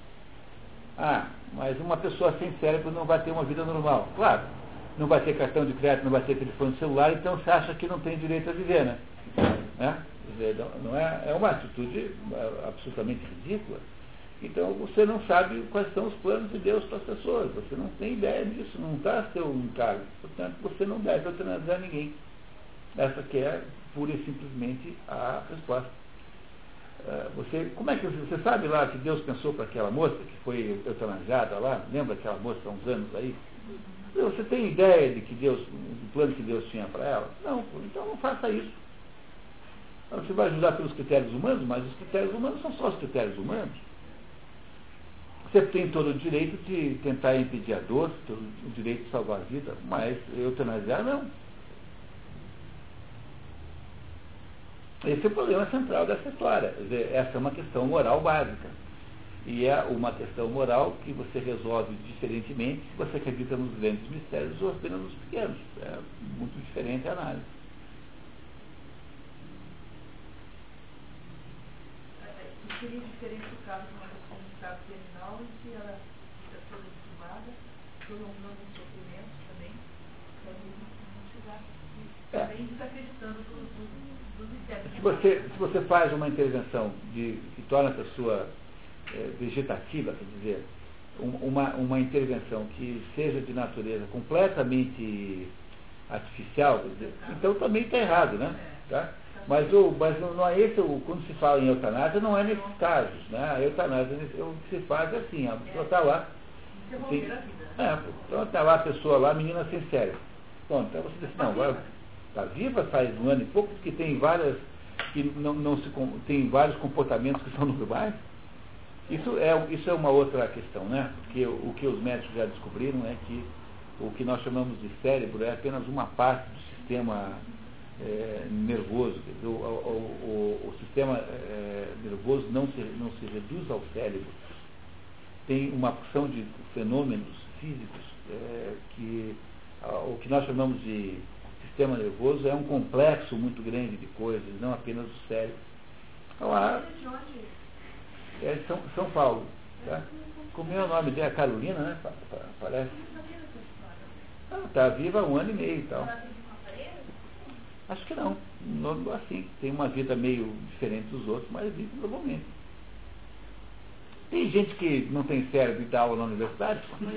Mas uma pessoa sem cérebro não vai ter uma vida normal. Claro, não vai ter cartão de crédito, não vai ter telefone celular, então você acha que não tem direito a viver, né? Quer dizer, não é uma atitude absolutamente ridícula. Então você não sabe quais são os planos de Deus para as pessoas, você não tem ideia disso, não está a seu encargo, portanto você não deve eutanasiar ninguém. Essa que é pura e simplesmente a resposta. Como é que você sabe lá que Deus pensou para aquela moça que foi eutanasiada lá? Lembra aquela moça há uns anos aí? Você tem ideia de que do plano que Deus tinha para ela? Não, então não faça isso. Você vai ajudar pelos critérios humanos, mas os critérios humanos são só os critérios humanos. Você tem todo o direito de tentar impedir a dor, todo o direito de salvar a vida, mas eutanasiar não. Esse é o problema central dessa história. Quer dizer, essa é uma questão moral básica. E é uma questão moral que você resolve diferentemente se você acredita nos grandes mistérios ou apenas nos pequenos. É muito diferente a análise. Seria diferente o caso de uma pessoa em estado terminal em que ela fica toda entubada, prolongando os sofrimentos também, para não chegar também desacreditando dos mistérios. Se você faz uma intervenção que torna a pessoa vegetativa, quer dizer, uma intervenção que seja de natureza completamente artificial, quer dizer, então também está errado, né? Tá? Mas não é esse, quando se fala em eutanásia, não é nesses casos, né? A eutanásia, o que se faz é assim, a pessoa está lá, está lá a pessoa lá, menina sem cérebro. Bom, então você diz, não, está viva faz um ano e pouco, porque tem várias, que tem vários comportamentos que são normais. Isso é uma outra questão, né? Porque o que os médicos já descobriram é que o que nós chamamos de cérebro é apenas uma parte do sistema nervoso. O sistema nervoso não se reduz ao cérebro. Tem uma porção de fenômenos físicos que o que nós chamamos de sistema nervoso é um complexo muito grande de coisas, não apenas o cérebro. Então, São Paulo. Tá? Como é o nome dela? Carolina, né? Parece. Está viva há um ano e meio e tal. Acho que não. Assim, tem uma vida meio diferente dos outros, mas vive normalmente. Tem gente que não tem cérebro e dá aula na universidade?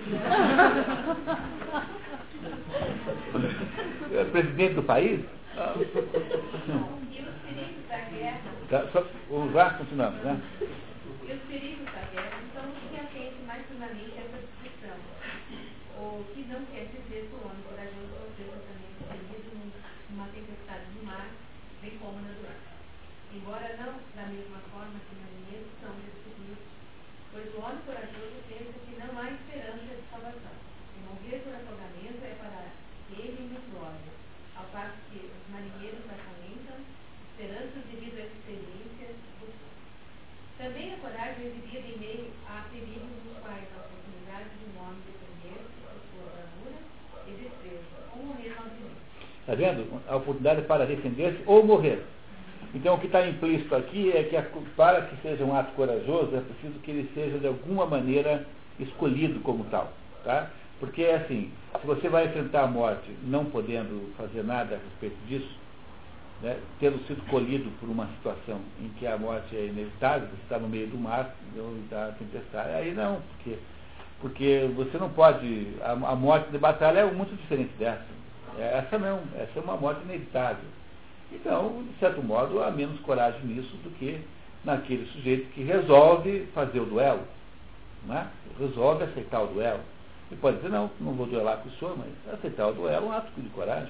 É presidente do país? E os perigos da guerra? Só continuamos, né? E os perigos da guerra, então, o que atende mais firmemente essa discussão? O que não quer dizer que o homem corajoso ou seja também perdido numa tempestade do mar, bem como na do ar. Embora não da mesma forma que marinheiros são destruídos, pois o homem corajoso pensa que não há esperança de salvação. E morrer por afogamento é para ele uma glória, ao passo que os marinheiros acalentam, esperanças devido à experiência do fogo. Também a coragem é exibida em meio a perigos nos quais a oportunidade de um homem defender-se por sua bravura e destreza, ou morrer novamente. Está vendo? A oportunidade para defender-se ou morrer. Então o que está implícito aqui é que para que seja um ato corajoso é preciso que ele seja de alguma maneira escolhido como tal. Tá? Porque é assim, se você vai enfrentar a morte não podendo fazer nada a respeito disso, né, tendo sido colhido por uma situação em que a morte é inevitável, você está no meio do mar, da tempestade, aí não, porque você não pode, a morte de batalha é muito diferente dessa. Essa não, essa é uma morte inevitável. Então, de certo modo, há menos coragem nisso do que naquele sujeito que resolve fazer o duelo, né? Resolve aceitar o duelo. E pode dizer, não vou duelar com o senhor, mas aceitar o duelo é um ato de coragem.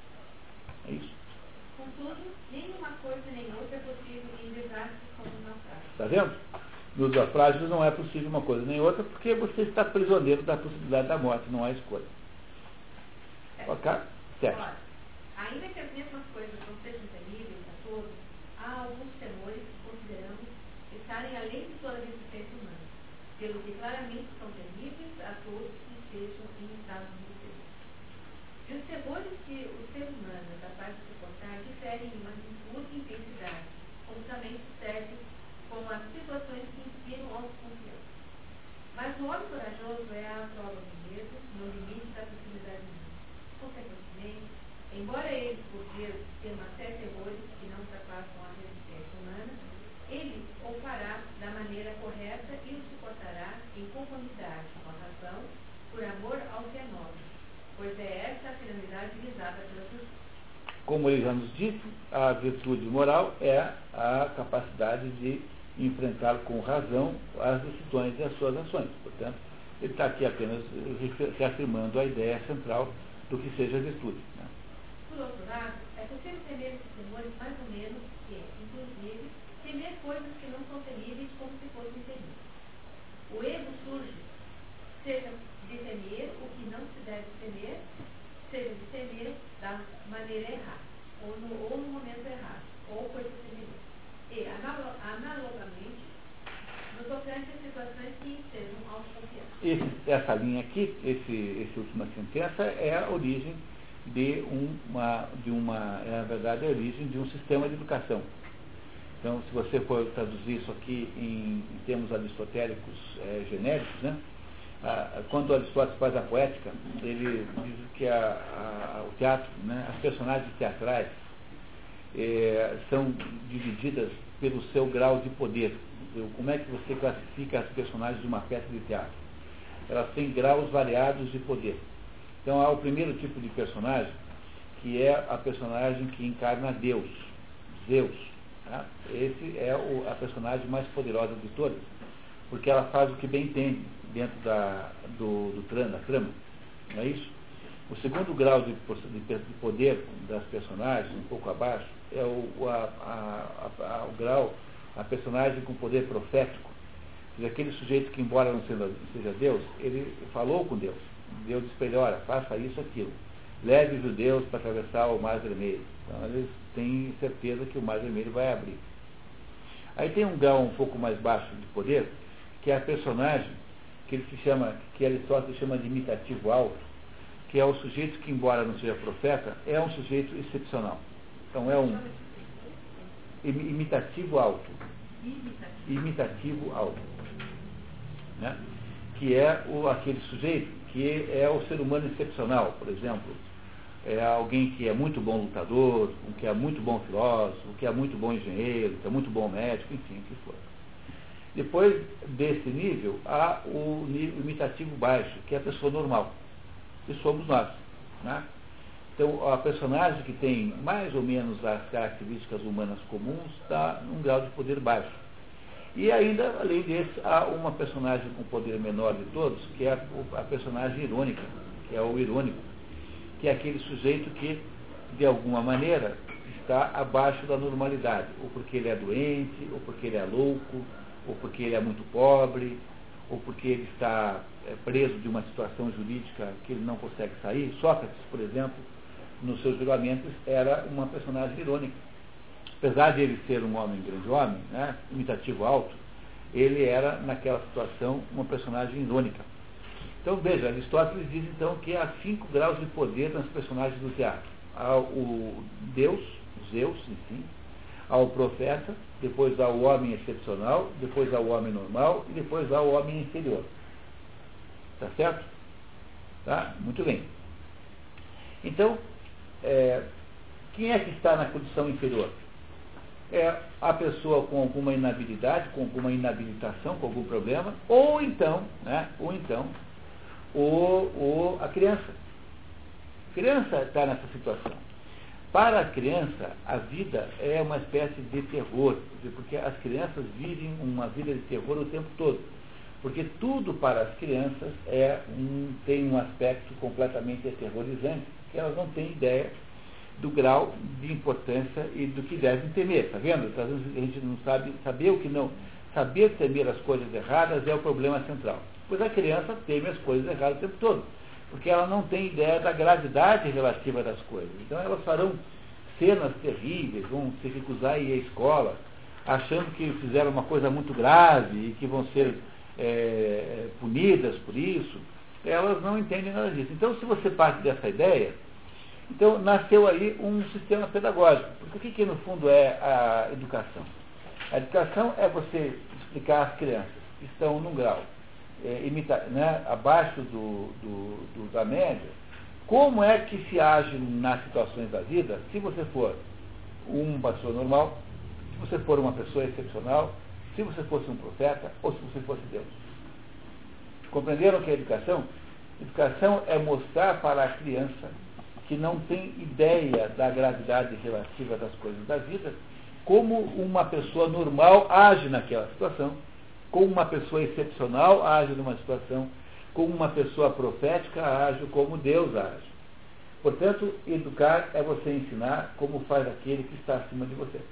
É isso. Contudo, nenhuma coisa nem outra é possível em desastres como naufrágio. Está vendo? Nos naufrágios não é possível uma coisa nem outra, porque você está prisioneiro da possibilidade da morte, não há escolha. Ok? Certo. Agora, ainda que as mesmas coisas não sejam temíveis a todos, há alguns temores que consideramos estarem além de toda a resistência humana, pelo que claramente são temíveis a todos que estejam em estado de desejo. E os temores que o ser humano é capaz de suportar diferem em magnitude e intensidade, como também sucede com as situações que inspiram autoconfiança. Mas o homem corajoso é a prova do medo, no limite da possibilidade humana. Consequentemente, embora ele, por vezes, tenha uma série de terrores que não ultrapassam a resistência humana, ele o fará da maneira maneira correta e o suportará em conformidade com a razão, por amor ao que é nobre, pois é essa a finalidade visada pela virtude. Como ele já nos disse, a virtude moral é a capacidade de enfrentar com razão as decisões e as suas ações. Portanto, ele está aqui apenas reafirmando a ideia central do que seja virtude. Né? Por outro lado, é possível temer esses temores mais ou menos que, inclusive, temer coisas que não são temíveis como se fossem temíveis. O erro surge, seja de temer o que não se deve temer, seja de temer da maneira errada, ou no momento errado, ou coisa semelhante. E, analogamente, no tocante a situações que sejam autoconfiantes. Essa linha aqui, essa última sentença, é a origem na verdade, a origem de um sistema de educação. Então, se você for traduzir isso aqui em termos aristotélicos genéricos, né? Quando Aristóteles faz a poética, ele diz que o teatro, né, as personagens teatrais são divididas pelo seu grau de poder. Como é que você classifica as personagens de uma peça de teatro? Elas têm graus variados de poder. Então há o primeiro tipo de personagem, que é a personagem que encarna Deus, Zeus. Tá? Esse é a personagem mais poderosa de todas, porque ela faz o que bem entende dentro da trama, não é isso? O segundo grau de poder das personagens, um pouco abaixo, é a personagem com poder profético. Aquele sujeito que, embora não seja Deus, ele falou com Deus. Deus disse para ele, olha, faça isso, aquilo. Leve os judeus para atravessar o Mar Vermelho. Então, eles têm certeza que o Mar Vermelho vai abrir. Aí tem um grau um pouco mais baixo de poder, que é a personagem que Aristóteles chama de imitativo alto, que é o sujeito que, embora não seja profeta, é um sujeito excepcional. Então, é um imitativo alto. Imitativo alto. Né? Que é aquele sujeito que é o ser humano excepcional, por exemplo. É alguém que é muito bom lutador, que é muito bom filósofo, que é muito bom engenheiro, que é muito bom médico, enfim, o que for. Depois desse nível, há o imitativo baixo, que é a pessoa normal, que somos nós. Né? Então, a personagem que tem mais ou menos as características humanas comuns está num grau de poder baixo. E ainda, além desse, há uma personagem com poder menor de todos, que é a personagem irônica, que é o irônico, que é aquele sujeito que, de alguma maneira, está abaixo da normalidade, ou porque ele é doente, ou porque ele é louco, ou porque ele é muito pobre, ou porque ele está preso de uma situação jurídica que ele não consegue sair. Sócrates, por exemplo, nos seus julgamentos, era uma personagem irônica. Apesar de ele ser um grande homem, né, imitativo alto, ele era, naquela situação, uma personagem irônica. Então, veja, Aristóteles diz, então, que há 5 graus de poder nas personagens do teatro. Há o Deus, Zeus, enfim, há o profeta, depois há o homem excepcional, depois há o homem normal e depois há o homem inferior. Tá certo? Tá? Muito bem. Então, quem é que está na condição inferior? É a pessoa com alguma inabilidade, com alguma inabilitação, com algum problema, ou então, a criança. A criança está nessa situação. Para a criança, a vida é uma espécie de terror, porque as crianças vivem uma vida de terror o tempo todo. Porque tudo para as crianças tem um aspecto completamente aterrorizante, que elas não têm ideia do grau de importância e do que devem temer. Está vendo? A gente não sabe saber o que não. Saber temer as coisas erradas é o problema central. Pois a criança teme as coisas erradas o tempo todo, porque ela não tem ideia da gravidade relativa das coisas. Então elas farão cenas terríveis, vão se recusar a ir à escola, achando que fizeram uma coisa muito grave e que vão ser punidas por isso. Elas não entendem nada disso. Então, se você parte dessa ideia, então nasceu aí um sistema pedagógico. Porque o que no fundo é a educação? A educação é você explicar às crianças que estão num grau abaixo da média, como é que se age nas situações da vida se você for uma pessoa normal, se você for uma pessoa excepcional, se você fosse um profeta ou se você fosse Deus. Compreenderam que a educação? Educação é mostrar para a criança que não tem ideia da gravidade relativa das coisas da vida, como uma pessoa normal age naquela situação, como uma pessoa excepcional age numa situação, como uma pessoa profética age, como Deus age. Portanto, educar é você ensinar como faz aquele que está acima de você.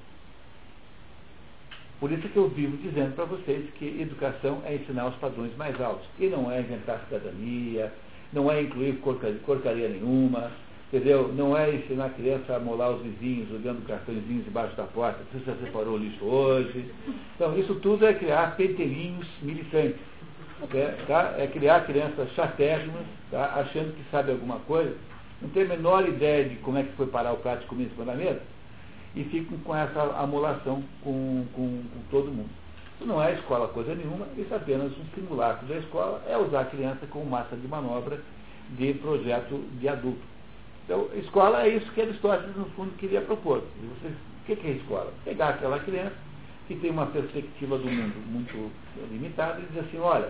Por isso que eu vivo dizendo para vocês que educação é ensinar os padrões mais altos. E não é inventar cidadania, não é incluir porcaria nenhuma, entendeu? Não é ensinar a criança a molar os vizinhos, jogando cartõezinhos debaixo da porta, você já separou o lixo hoje. Então, isso tudo é criar pentelhinhos militantes. Tá? É criar crianças chatérrimas, tá? Achando que sabe alguma coisa, não tem a menor ideia de como é que foi parar o prato de comida em cima da mesa, e ficam com essa amolação com todo mundo. Isso não é escola coisa nenhuma, isso é apenas um simulacro da escola, é usar a criança como massa de manobra de projeto de adulto. Então, escola é isso que Aristóteles, no fundo, queria propor. O que é escola? Pegar aquela criança que tem uma perspectiva do mundo muito limitada e dizer assim, olha,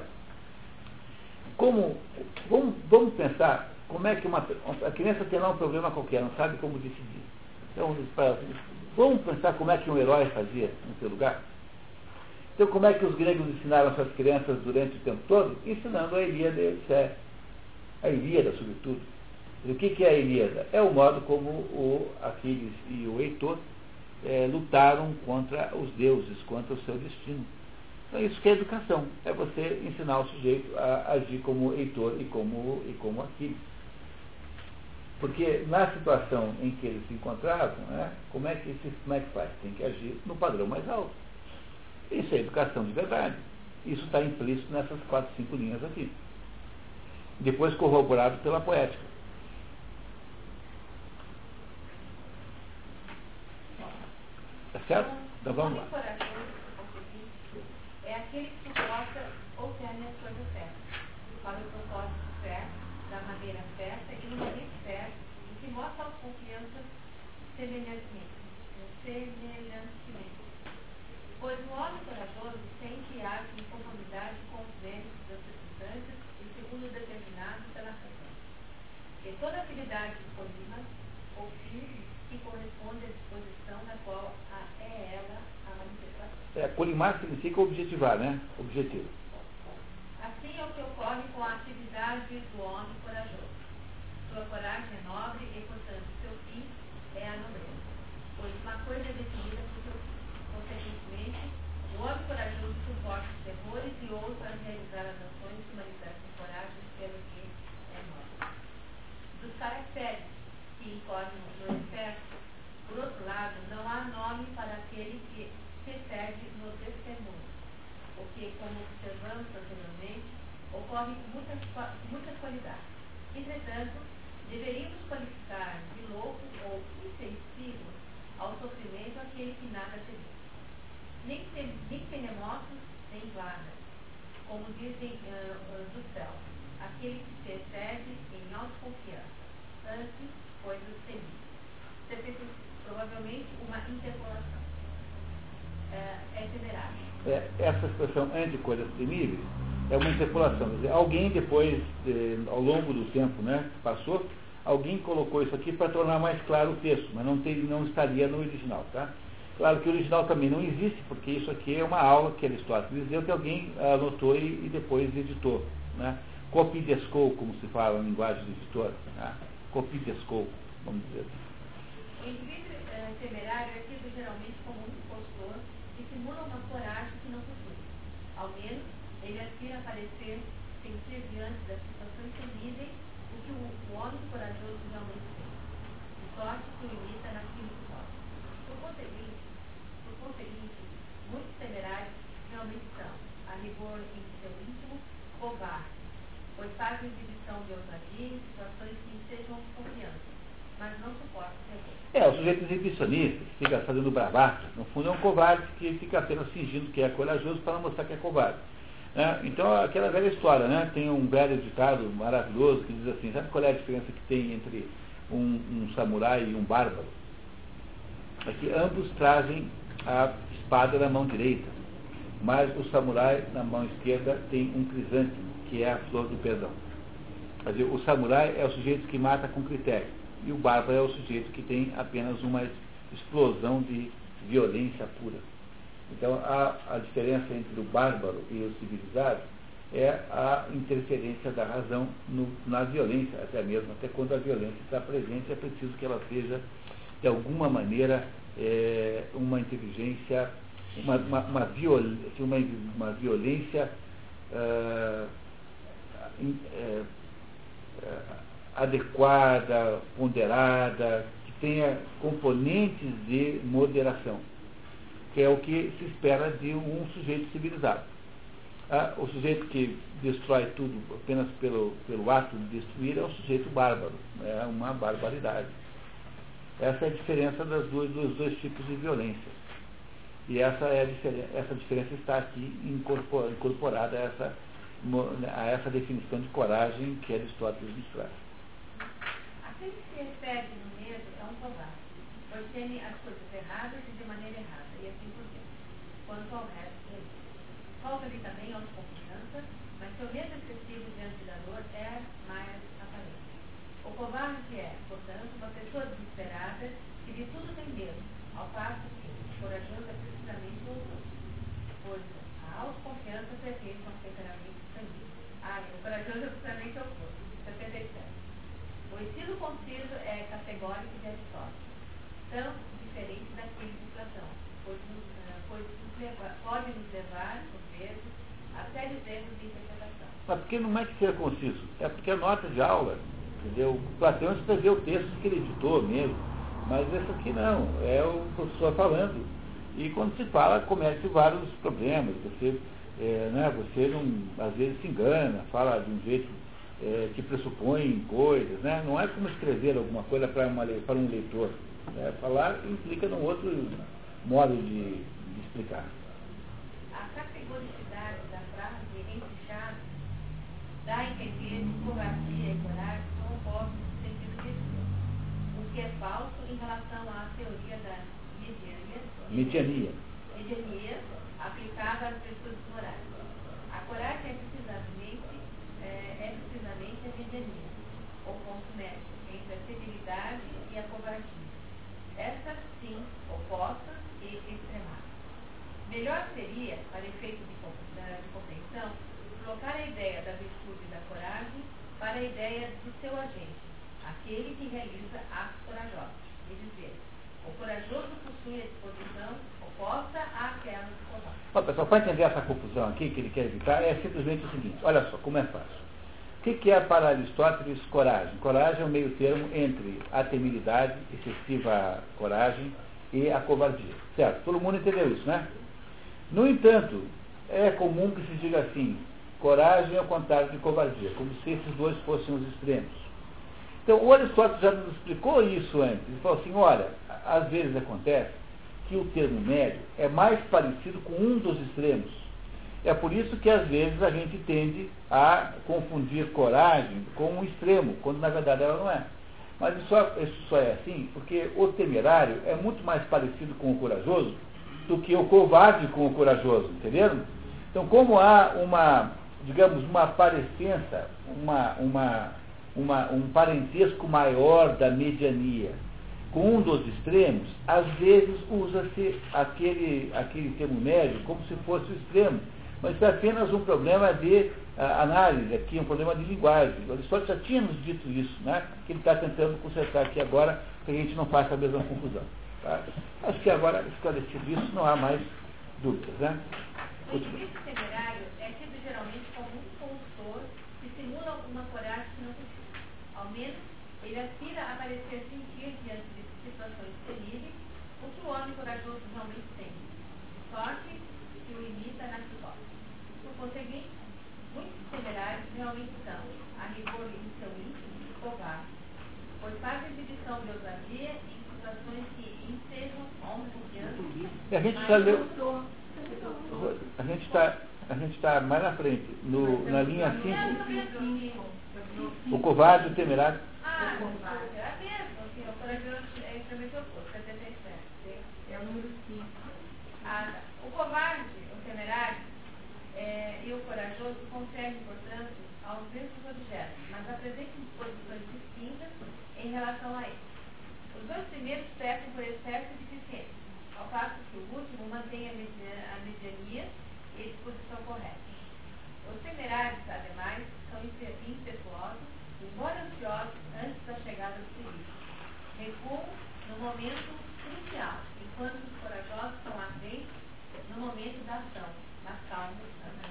vamos pensar como é que a criança tem lá um problema qualquer, não sabe como decidir. Então, vamos pensar como é que um herói fazia no seu lugar. Então, como é que os gregos ensinaram suas crianças durante o tempo todo? Ensinando a Ilíada, a Ilíada, sobretudo. E o que é a Ilíada? É o modo como o Aquiles e o Heitor lutaram contra os deuses, contra o seu destino. Então, isso que é educação. É você ensinar o sujeito a agir como Heitor e como Aquiles. Porque na situação em que eles se encontravam, né, como é que faz? Tem que agir no padrão mais alto. Isso é educação de verdade. Isso está implícito nessas 4, 5 linhas aqui. Depois corroborado pela poética. Tá certo? Então vamos lá. É aquele que suporta ou teme as coisas certas, para o propósito certo, da maneira certa e no momento certo, e que mostra a confiança semelhantemente. Pois o homem corajoso sempre age em conformidade com os méritos das circunstâncias e segundo determinado pela razão. E toda atividade disponível ou firme que corresponde à disposição da qual é ela a manifestação. Colimar significa objetivar, né? Objetivo. Assim é o que ocorre com a atividade do homem corajoso. Sua coragem é nobre e, portanto, seu fim é a nobreza. Pois uma coisa é definida por seu fim. Consequentemente, o homem corajoso suporta os terrores e ousa realizar as ações que manifestam coragem pelo que é nobre. Dos caracteres que incorrem no excesso, por outro lado, não há nome para aquele que se excede no testemunho, o que, como observamos anteriormente, ocorre com muitas qualidades. Entretanto, deveríamos qualificar de louco ou insensível ao sofrimento aquele que nada teme. Nem tememosos, nem vagas, como dizem do céu, aquele que se excede em autoconfiança, antes coisas temíveis. Provavelmente uma interpolação. É temerário. Essa expressão anti coisas temíveis é uma interpolação. Quer dizer, alguém depois, ao longo do tempo, né, que passou, alguém colocou isso aqui para tornar mais claro o texto, mas não estaria no original, tá? Claro que o original também não existe, porque isso aqui é uma aula que Aristóteles deu, que alguém anotou e depois editou, né? Copidescou, como se fala na linguagem do editor, né? Copidescou, vamos dizer assim. O indivíduo temerário é tido geralmente como um impostor que simula uma coragem que não possui. Ao menos, ele aspira a parecer sentir diante das situações temíveis o que o homem corajoso realmente tem. De sorte que o imita naquilo que pode. Por conseguinte, muitos temerários realmente são, a rigor em seu íntimo, covardes, pois fazem exibição de ousadia em situações que ensejam confiança, mas não suportam o terror. O sujeito exibicionista, que fica fazendo bravata, no fundo é um covarde que fica apenas fingindo que é corajoso para mostrar que é covarde. Então, aquela velha história, né? Tem um velho ditado maravilhoso que diz assim, sabe qual é a diferença que tem entre um samurai e um bárbaro? É que ambos trazem a espada na mão direita. mas o samurai, na mão esquerda, tem um crisântemo, que é a flor do perdão. Quer dizer, o samurai é o sujeito que mata com critério, e o bárbaro é o sujeito que tem apenas uma explosão de violência pura. Então, a diferença entre o bárbaro e o civilizado é a interferência da razão na violência, até quando a violência está presente, é preciso que ela seja, de alguma maneira, uma inteligência, uma violência adequada, ponderada, que tenha componentes de moderação, que é o que se espera de um sujeito civilizado. O sujeito que destrói tudo apenas pelo ato de destruir é um sujeito bárbaro, é uma barbaridade. Essa é a diferença dos dois tipos de violência. E essa diferença está aqui incorporada a essa definição de coragem que Aristóteles nos traz. Aquele que se repete no medo é um covarde, pois teme as coisas erradas e de maneira errada, e assim por diante. Quanto ao resto, falta-lhe também autoconfiança, mas seu medo excessivo diante da dor é mais aparente. O covarde é, portanto, uma pessoa desesperada que de tudo tem medo, ao passo que o corajoso é precisamente o oposto, pois a autoconfiança pertence ao temperamento sanguíneo. O corajoso é precisamente o oposto. 77. O ensino conciso é categórico de Aristóteles, tão diferente daquele de Platão, pois pode nos levar, por vezes, a sérios erros de interpretação. Mas porque não é que seja conciso, é porque é nota de aula, entendeu? O Platão escreveu o texto que ele editou mesmo, mas esse aqui não, é o professor falando. E quando se fala, comete vários problemas, você não, às vezes se engana, fala de um jeito que pressupõe coisas, né? Não é como escrever alguma coisa para um leitor. Né? Falar implica num outro modo de explicar. A categoricidade da frase enfichada dá a entender que covardia e coragem são opostos no sentido de o que é falso em relação à teoria da mediania aplicada às virtudes morais. A coragem é precisamente a mediania, o ponto médio entre a civilidade e a covardia. Estas, sim, opostas e extremadas. Melhor seria, para efeito de compreensão, colocar a ideia da virtude e da coragem para a ideia do seu agente, aquele que realiza atos corajosos, e dizer, o corajoso possui a disposição oposta àquela do covarde. Bom, pessoal, para entender essa confusão aqui que ele quer evitar, é simplesmente o seguinte, olha só como é fácil. O que é para Aristóteles coragem? Coragem é o meio termo entre a temeridade, excessiva coragem, e a covardia. Certo? Todo mundo entendeu isso, né? No entanto, é comum que se diga assim, coragem é o contrário de covardia, como se esses dois fossem os extremos. Então, o Aristóteles já nos explicou isso antes. Ele falou assim, olha, às vezes acontece que o termo médio é mais parecido com um dos extremos. É por isso que, às vezes, a gente tende a confundir coragem com um extremo, quando, na verdade, ela não é. Mas isso só é assim porque o temerário é muito mais parecido com o corajoso do que o covarde com o corajoso, entenderam? Então, como há uma parecença, um parentesco maior da mediania com um dos extremos, às vezes usa-se aquele termo médio como se fosse o extremo. Mas isso é apenas um problema de análise aqui, um problema de linguagem. O Aristóteles já tinha nos dito isso, né? Que ele está tentando consertar aqui agora, para que a gente não faça a mesma confusão. Tá? Acho que agora, esclarecido isso, não há mais dúvidas, né? O indivíduo temerário é tido geralmente como um impulsor que simula uma coragem que não precisa. Ao menos, ele aspira a parecer sentir diante de situações terríveis o que o homem corajoso realmente tem. De sorte que o limita na hipótese. Por conseguinte, muitos temerários realmente são, a rigor em seu íntimo, covardes, pois fazem exibição de ousadia em situações que ensejam honra e confiança. E a gente está mais na frente, na linha 5. O covarde e o temerário. O covarde é a mesma, o corajoso é extremamente oposto, 77. É o número 5. O covarde, o temerário, concerne, portanto, aos mesmos objetos, mas apresentam posições distintas em relação a eles. Os dois primeiros pecam por excesso de eficiência, ao passo que o último mantém a mediania e a disposição correta. Os temerários, ademais, são impetuosos, embora ansiosos antes da chegada do perigo. Recuam no momento crucial, enquanto os corajosos são ardentes no momento da ação, mais calmos.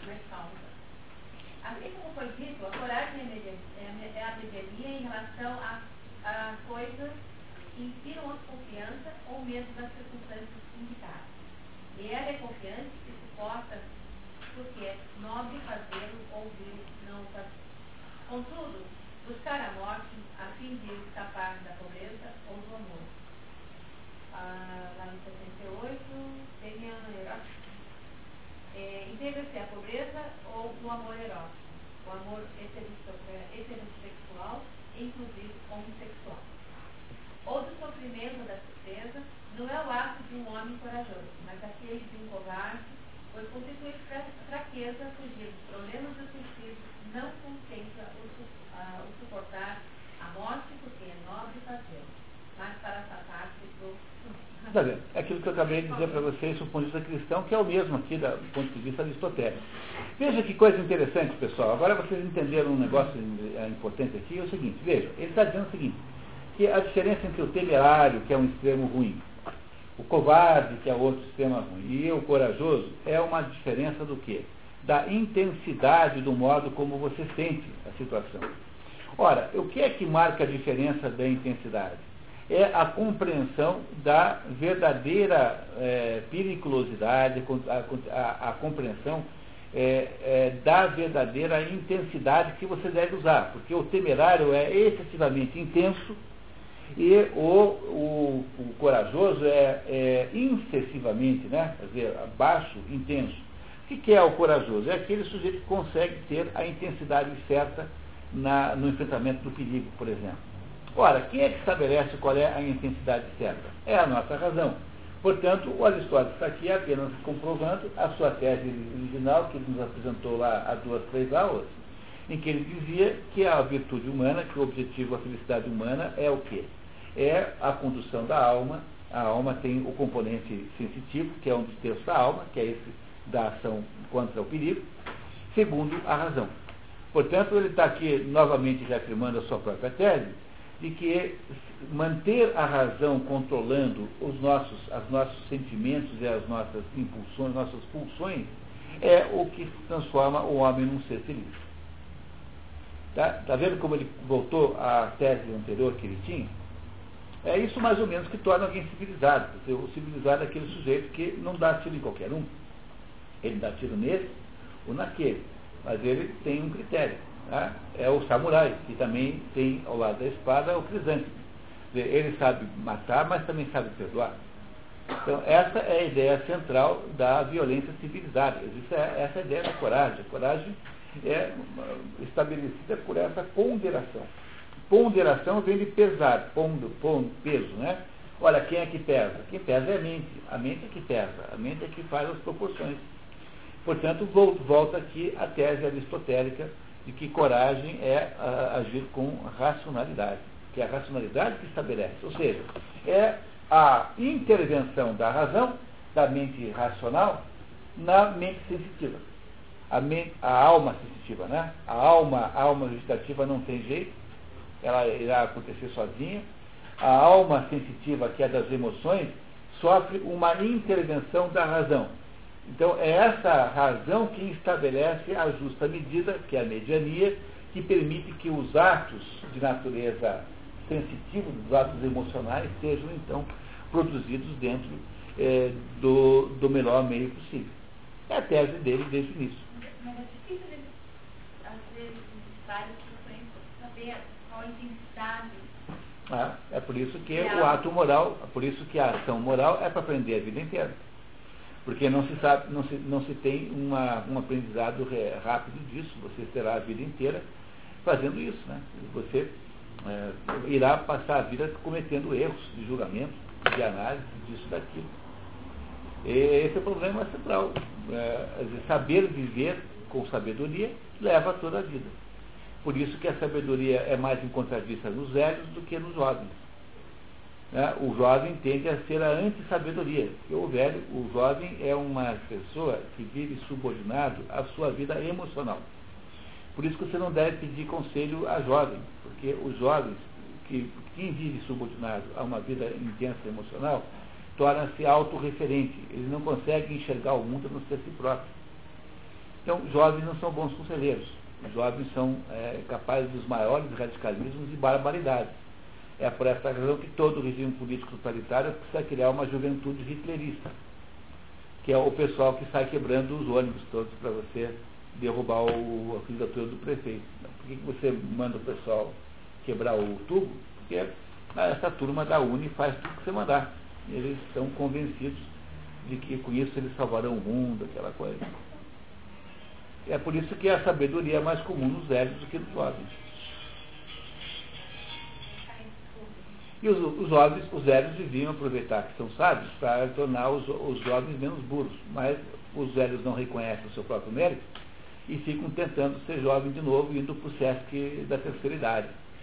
Assim como foi dito, a coragem é a mediania em relação a coisas que inspiram confiança ou medo das circunstâncias indicadas. E ela é confiante e suporta porque é nobre fazê-lo ou vil não fazer. Contudo, buscar a morte a fim de escapar da pobreza ou do amor. Lá no 78, tem integra-se a pobreza ou o amor erótico, o amor heterossexual, inclusive homossexual. Ou do sofrimento da tristeza, não é o ato de um homem corajoso, mas aquele de um covarde, pois constitui fraqueza fugir dos problemas do sentido, não contempla o suportar a morte porque é nobre fazê-lo, mas para afastar-se do Tá vendo? É aquilo que eu acabei de dizer para vocês do ponto de vista cristão, que é o mesmo aqui do ponto de vista aristotélico. Veja que coisa interessante, pessoal. Agora vocês entenderam um negócio importante aqui, é o seguinte, vejam, ele está dizendo o seguinte, que a diferença entre o temerário, que é um extremo ruim, o covarde, que é outro extremo ruim, e o corajoso, é uma diferença do quê? Da intensidade do modo como você sente a situação. Ora, o que é que marca a diferença da intensidade? É a compreensão da verdadeira periculosidade, a compreensão da verdadeira intensidade que você deve usar, porque o temerário é excessivamente intenso e o corajoso é excessivamente, né, quer dizer, baixo, intenso. O que é o corajoso? É aquele sujeito que consegue ter a intensidade certa no enfrentamento do perigo, por exemplo. Ora, quem é que estabelece qual é a intensidade certa? É a nossa razão. Portanto, o Aristóteles está aqui apenas comprovando a sua tese original, que ele nos apresentou lá há 2, 3 aulas, em que ele dizia que a virtude humana, que o objetivo da felicidade humana é o quê? É a condução da alma. A alma tem o componente sensitivo, que é um dos terços da alma, que é esse da ação contra o perigo, segundo a razão. Portanto, ele está aqui novamente reafirmando a sua própria tese, de que manter a razão controlando os nossos sentimentos e as nossas impulsões, nossas pulsões, é o que transforma o homem num ser feliz. Tá vendo como ele voltou à tese anterior que ele tinha? É isso mais ou menos que torna alguém civilizado. Porque o civilizado é aquele sujeito que não dá tiro em qualquer um. Ele dá tiro nesse ou naquele. Mas ele tem um critério. Tá? É o samurai, que também tem ao lado da espada o crisântemo. Ele sabe matar, mas também sabe perdoar. Então, essa é a ideia central da violência civilizada. Existe essa ideia da coragem. A coragem é estabelecida por essa ponderação. Ponderação vem de pesar, peso, né? Olha, quem é que pesa? Quem pesa é a mente. A mente é que pesa. A mente é que faz as proporções. Portanto, volta aqui a tese aristotélica de que coragem é agir com racionalidade, que é a racionalidade que estabelece, ou seja, é a intervenção da razão, da mente racional, na mente sensitiva. A alma sensitiva, né? A alma vegetativa não tem jeito, ela irá acontecer sozinha. A alma sensitiva, que é das emoções, sofre uma intervenção da razão. Então, é essa razão que estabelece a justa medida, que é a mediania, que permite que os atos de natureza sensitiva, os atos emocionais, sejam, então, produzidos dentro do melhor meio possível. É a tese dele desde o início. Mas é difícil, às vezes, várias questões, saber qual a intensidade. É por isso que o ato moral, por isso que a ação moral é para aprender a vida inteira. Porque não se tem um aprendizado rápido disso. Você terá a vida inteira fazendo isso, né? Você irá passar a vida cometendo erros de julgamento, de análise, disso e daquilo. E esse é o problema central. Saber viver com sabedoria, leva toda a vida. Por isso que a sabedoria é mais encontradiça nos velhos do que nos jovens. Né? O jovem tende a ser a anti-sabedoria, porque o jovem é uma pessoa que vive subordinado à sua vida emocional. Por isso que você não deve pedir conselho a jovem, porque os jovens, quem vive subordinado a uma vida intensa emocional, torna-se autorreferente. Eles não conseguem enxergar o mundo a não ser si próprio. Então, jovens não são bons conselheiros. Os jovens são capazes dos maiores radicalismos e barbaridades. É por essa razão que todo regime político totalitário precisa criar uma juventude hitlerista, que é o pessoal que sai quebrando os ônibus todos para você derrubar a candidatura do prefeito. Por que você manda o pessoal quebrar o tubo? Porque essa turma da Uni faz tudo que você mandar. Eles estão convencidos de que com isso eles salvarão o mundo, aquela coisa. É por isso que a sabedoria é mais comum nos velhos do que nos jovens. E os jovens, os velhos deviam aproveitar que são sábios para tornar os jovens menos burros. Mas os velhos não reconhecem o seu próprio mérito e ficam tentando ser jovem de novo, indo para o Sesc da terceira idade.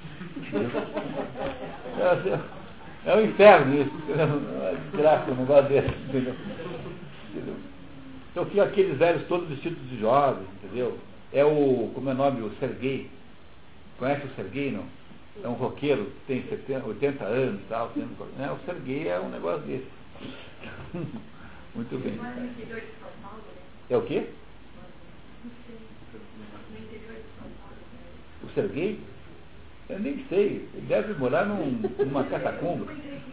É um inferno isso. É uma desgraça, um negócio desse. Entendeu? Então ficam aqueles velhos todos vestidos de jovens, entendeu? Como é o nome? O Serguei. Conhece o Serguei, não? É um roqueiro que tem 80 anos e tal. O Serguei é um negócio desse. Muito bem. É o quê? O Serguei? Eu nem sei. Ele deve morar numa catacumba.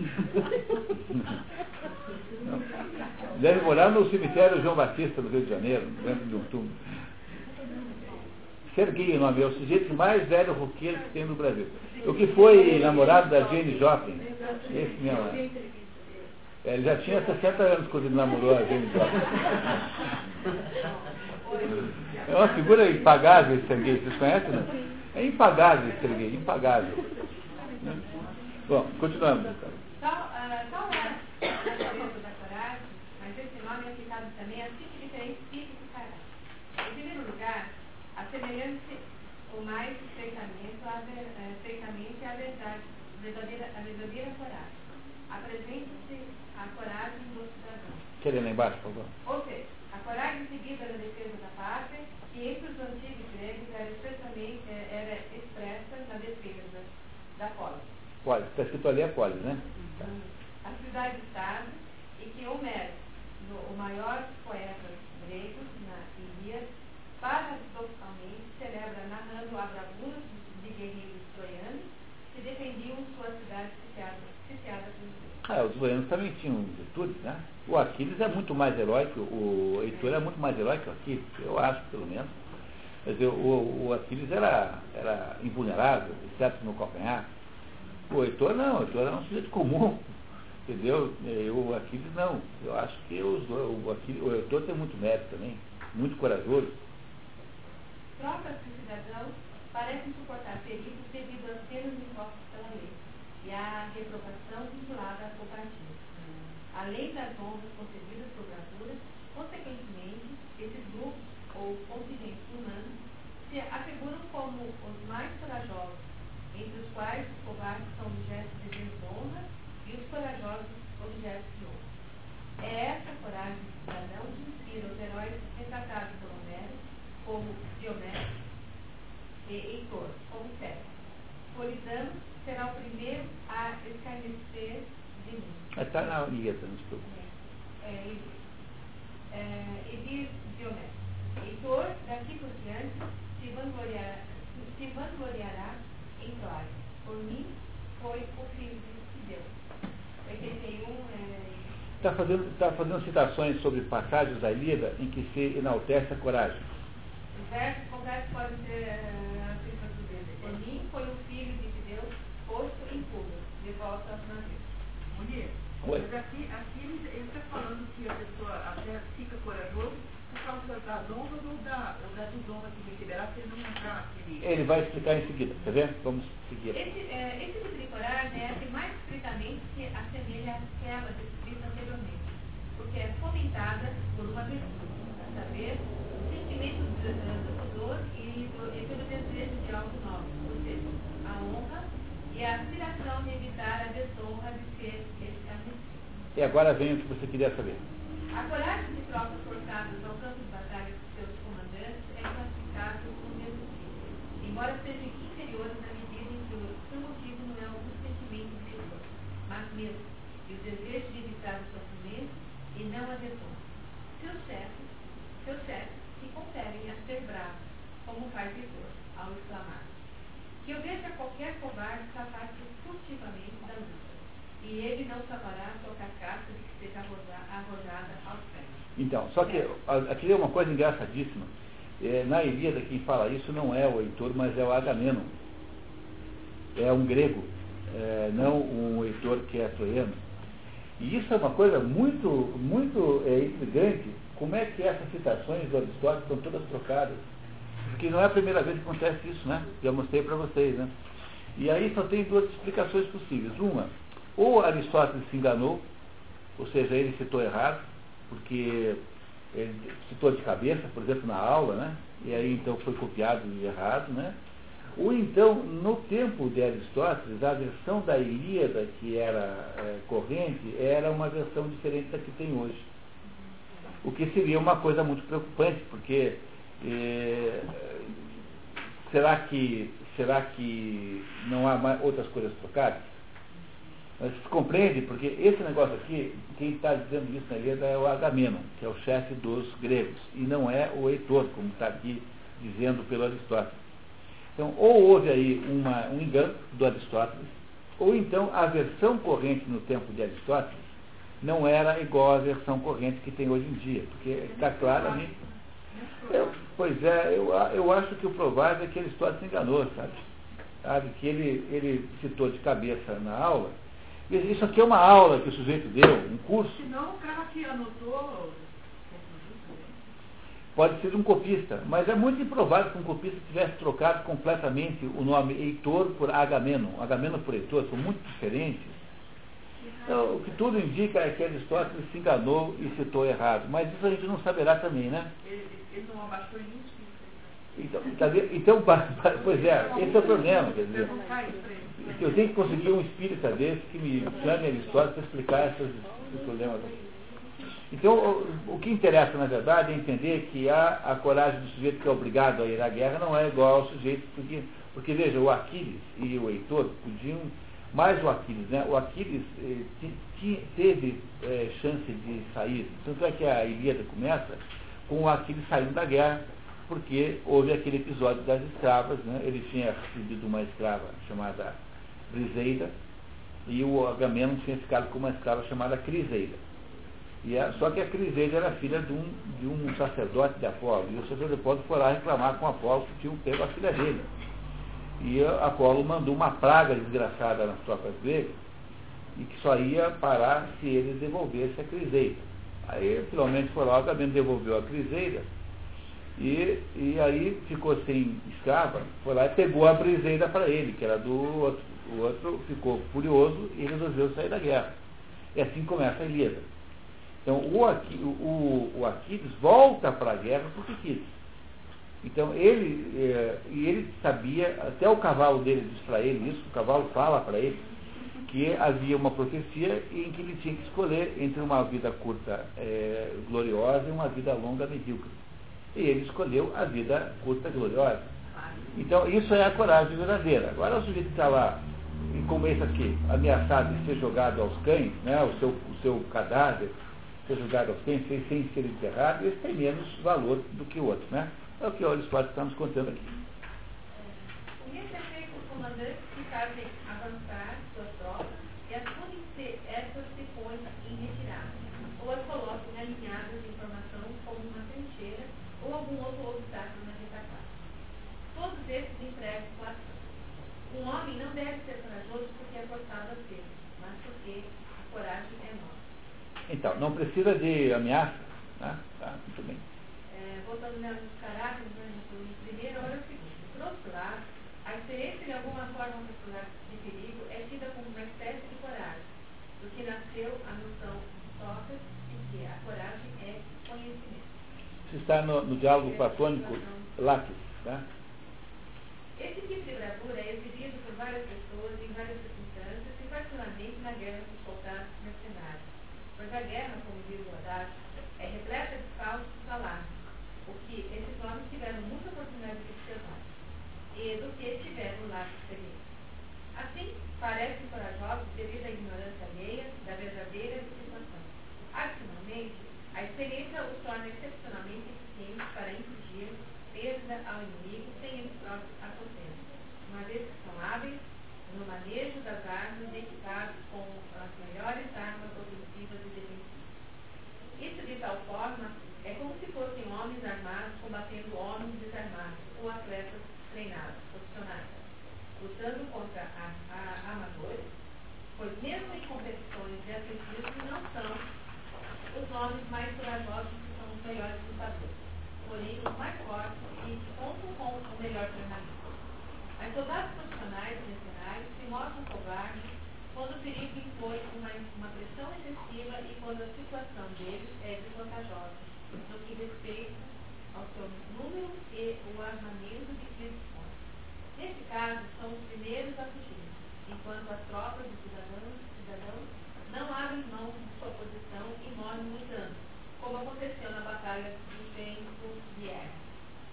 Deve morar no cemitério João Batista, no Rio de Janeiro, dentro de um túmulo. Serguei o nome, é o sujeito mais velho roqueiro que tem no Brasil. O que foi namorado da Jane Joplin. Esse mesmo. Ele já tinha 60 anos quando ele namorou a Jane Joplin. É uma figura impagável esse Serguei, vocês conhecem, não? É impagável esse Serguei, impagável. Bom, continuamos. Tal é a natureza da coragem, mas esse nome é aplicado também a 5 diferentes tipos de caráter. Em primeiro lugar, assemelhando-se o mais estreitamente à verdade, a verdadeira coragem. Apresenta-se a coragem do cidadão. Quer ler lá embaixo, por favor? Ou seja, a coragem seguida na defesa da pátria, que entre os antigos gregos era expressa na defesa da polis. Polis, está escrito ali a polis, né? A cidade-estado, e que Homero, o maior poeta grego, na Ilíada, paradoxalmente celebra narrando a bravura de guerreiros troianos que defendiam sua cidade sitiada por Deus. Os troianos também tinham virtudes, né? O Aquiles é muito mais heróico, o Heitor é muito mais heróico que o Aquiles, eu acho, pelo menos. Quer dizer, o Aquiles era invulnerável, exceto no calcanhar. O Heitor não, o Heitor era um sujeito comum, entendeu? O Aquiles não. Eu acho que o Heitor tem muito mérito também, muito corajoso. Tropas de cidadãos parecem suportar perigos devido às penas impostas pela lei e à reprovação vinculada à cooperativa. Além das honras concedidas por bravura, consequentemente, esses grupos ou contingentes humanos se afiguram como os mais corajosos, entre os quais os covardes são objetos de desonra e os corajosos objetos de honra. É essa coragem do cidadão que inspira os heróis retratados por Homero, como Diomedes e Heitor, como César. Polidamo será o primeiro a escarnecer de mim. Está na Ilíada, não se preocupe. E diz Diomedes: Heitor, daqui por diante, se vangloriará em glória. Por mim, foi o filho de Deus. 81 Está fazendo citações sobre passagens da Ilíada em que se enaltece a coragem. Os versos completos podem ser assim traduzidos. Por mim, foi o filho de Deus posto em fuga, de volta aos navios. Mulher, mas aqui ele está falando que a pessoa até fica corajoso por causa das honras ou da desonra que receberá se ele não entrar naquele... Ele vai explicar em seguida, tá vendo? Vamos seguir. Esse tipo de coragem é a que mais estritamente se assemelha àquela descrita anteriormente, porque é fomentada por uma virtude, a saber, o sentimento e a aspiração de evitar a desonra de ser escarnecido. E agora vem o que você queria saber. A coragem de tropas forçadas ao campo de batalha de seus comandantes é classificada no mesmo tipo, embora sejam inferiores na medida em que o seu motivo não é algum sentimento interior, mas mesmo o desejo de evitar o sofrimento e não a desonra. Seus chefes se compelem a ser bravos, como faz Heitor, ao exclamar: que eu veja qualquer covarde safar-se furtivamente da luta, e ele não saberá sua carcaça de que seja arrojada aos pés. Então, só que aqui é uma coisa engraçadíssima. Na Ilíada, quem fala isso não é o Heitor, mas é o Agamenon. É um grego, não um Heitor que é troiano. E isso é uma coisa muito, muito intrigante. Como é que essas citações do Aristóteles estão todas trocadas? Porque não é a primeira vez que acontece isso, né? Já mostrei para vocês, né? E aí só tem duas explicações possíveis. Uma, ou Aristóteles se enganou, ou seja, ele citou errado, porque ele citou de cabeça, por exemplo, na aula, né? E aí então foi copiado de errado, né? Ou então, no tempo de Aristóteles, a versão da Ilíada que era corrente era uma versão diferente da que tem hoje. O que seria uma coisa muito preocupante, porque será que não há mais outras coisas trocadas? Mas se compreende, porque esse negócio aqui, quem está dizendo isso na Ilíada é o Agamenon, que é o chefe dos gregos, e não é o Heitor, como está aqui dizendo pelo Aristóteles. Então, ou houve aí um engano do Aristóteles, ou então a versão corrente no tempo de Aristóteles não era igual à versão corrente que tem hoje em dia, porque está claramente... eu acho que o provável é que Aristóteles se enganou, sabe? Que ele citou de cabeça na aula. Isso aqui é uma aula que o sujeito deu, um curso. Senão o cara que anotou... Pode ser um copista, mas é muito improvável que um copista tivesse trocado completamente o nome Heitor por Agamenon. Agamenon por Heitor são muito diferentes. Então, o que tudo indica é que Aristóteles se enganou e citou errado. Mas isso a gente não saberá também, né? Ele não abaixou em 25. Então, pois é, esse é o problema. Quer dizer, eu tenho que conseguir um espírita desse que me chame Aristóteles para explicar esses problemas. Então, o que interessa, na verdade, é entender que a coragem do sujeito que é obrigado a ir à guerra não é igual ao sujeito, porque veja, o Aquiles e o Heitor podiam, mais o Aquiles, né? O Aquiles teve chance de sair, tanto é que a Ilíada começa com o Aquiles saindo da guerra, porque houve aquele episódio das escravas, né? Ele tinha recebido uma escrava chamada Briseida, e o Agamenon tinha ficado com uma escrava chamada Criseida. Só que a Criseida era filha de um sacerdote de Apolo, e o sacerdote foi lá reclamar com Apolo que tinham pego a filha dele. E Apolo mandou uma praga desgraçada nas tropas gregas, e que só ia parar se eles devolvessem a Criseida. Aí finalmente foi lá, o Agamenon devolveu a Criseida, e aí ficou sem escrava, foi lá e pegou a Briseida para ele, que era do outro. O outro ficou furioso e resolveu sair da guerra. E assim começa a Ilíada. Então, o Aquiles volta para a guerra porque quis. Então, ele sabia, até o cavalo dele diz para ele isso, o cavalo fala para ele, que havia uma profecia em que ele tinha que escolher entre uma vida curta gloriosa e uma vida longa medíocre. E ele escolheu a vida curta gloriosa. Então, isso é a coragem verdadeira. Agora, o sujeito que está lá, como esse aqui, ameaçado de ser jogado aos cães, né, o seu cadáver ser jogado aos cães sem ser enterrado, esse tem menos valor do que o outro, né? É o que o Aristóteles está nos contando aqui. Com esse efeito, os comandantes que fazem avançar suas tropas e as essas se põem em retirada, ou as colocam alinhadas de informação como uma trincheira ou algum outro obstáculo na retaguarda. Todos esses empregam Platão. Um homem não deve ser corajoso porque é forçado a ser, mas porque a coragem é nossa. Então, não precisa de ameaça, né? Tá, muito bem. Voltando nos caráteres, né, primeiro, olha o seguinte. Por outro lado, a experiência de alguma forma de perigo é tida como uma espécie de coragem, do que nasceu a noção de Sócrates de que a coragem é conhecimento. Isso está no diálogo platônico Láquis, tá? Esse tipo de bravura é exibido por várias pessoas em várias circunstâncias e particularmente na guerra dos soldados mercenários. Pois a guerra, como diz o Haddad, é repleta de falsos alarmes, o que esses homens tiveram muita oportunidade de observar, e do que tiveram lá de experiência. Assim, parecem corajosos devido à ignorância alheia da verdadeira situação. Adicionalmente, a experiência os torna excepcionalmente eficientes para infligir perda ao inimigo sem eles próprios a sofrer, uma vez que são hábeis no manejo das armas e equipados com as melhores armas ofensivas e defensivas. Isso de tal forma é como se fossem homens armados combatendo homens desarmados ou atletas treinados, profissionais, lutando contra amadores, pois mesmo em competições de atletismo não são os homens mais corajosos que são os melhores lutadores, porém os mais fortes e que contam com o melhor treinamento. Mas soldados profissionais e mercenários se mostram covardes quando o perigo impõe uma pressão excessiva e quando a situação deles é desvantajosa, no que respeita ao seu número e o armamento de que dispõe. Nesse caso, são os primeiros a fugir, enquanto as tropas de cidadãos não abrem mão de sua posição e morrem lutando, como aconteceu na Batalha de Saint-Pierre.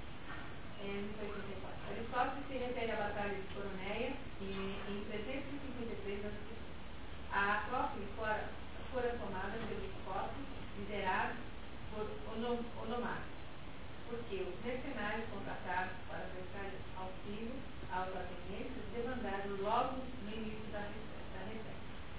Aristóteles se refere à Batalha de Coroneia em 353 a.C. A Acrópole fora tomada pelos coptos liderados por Onomaco, porque os mercenários contratados para prestar auxílio aos atenienses demandaram logo no início da reserva.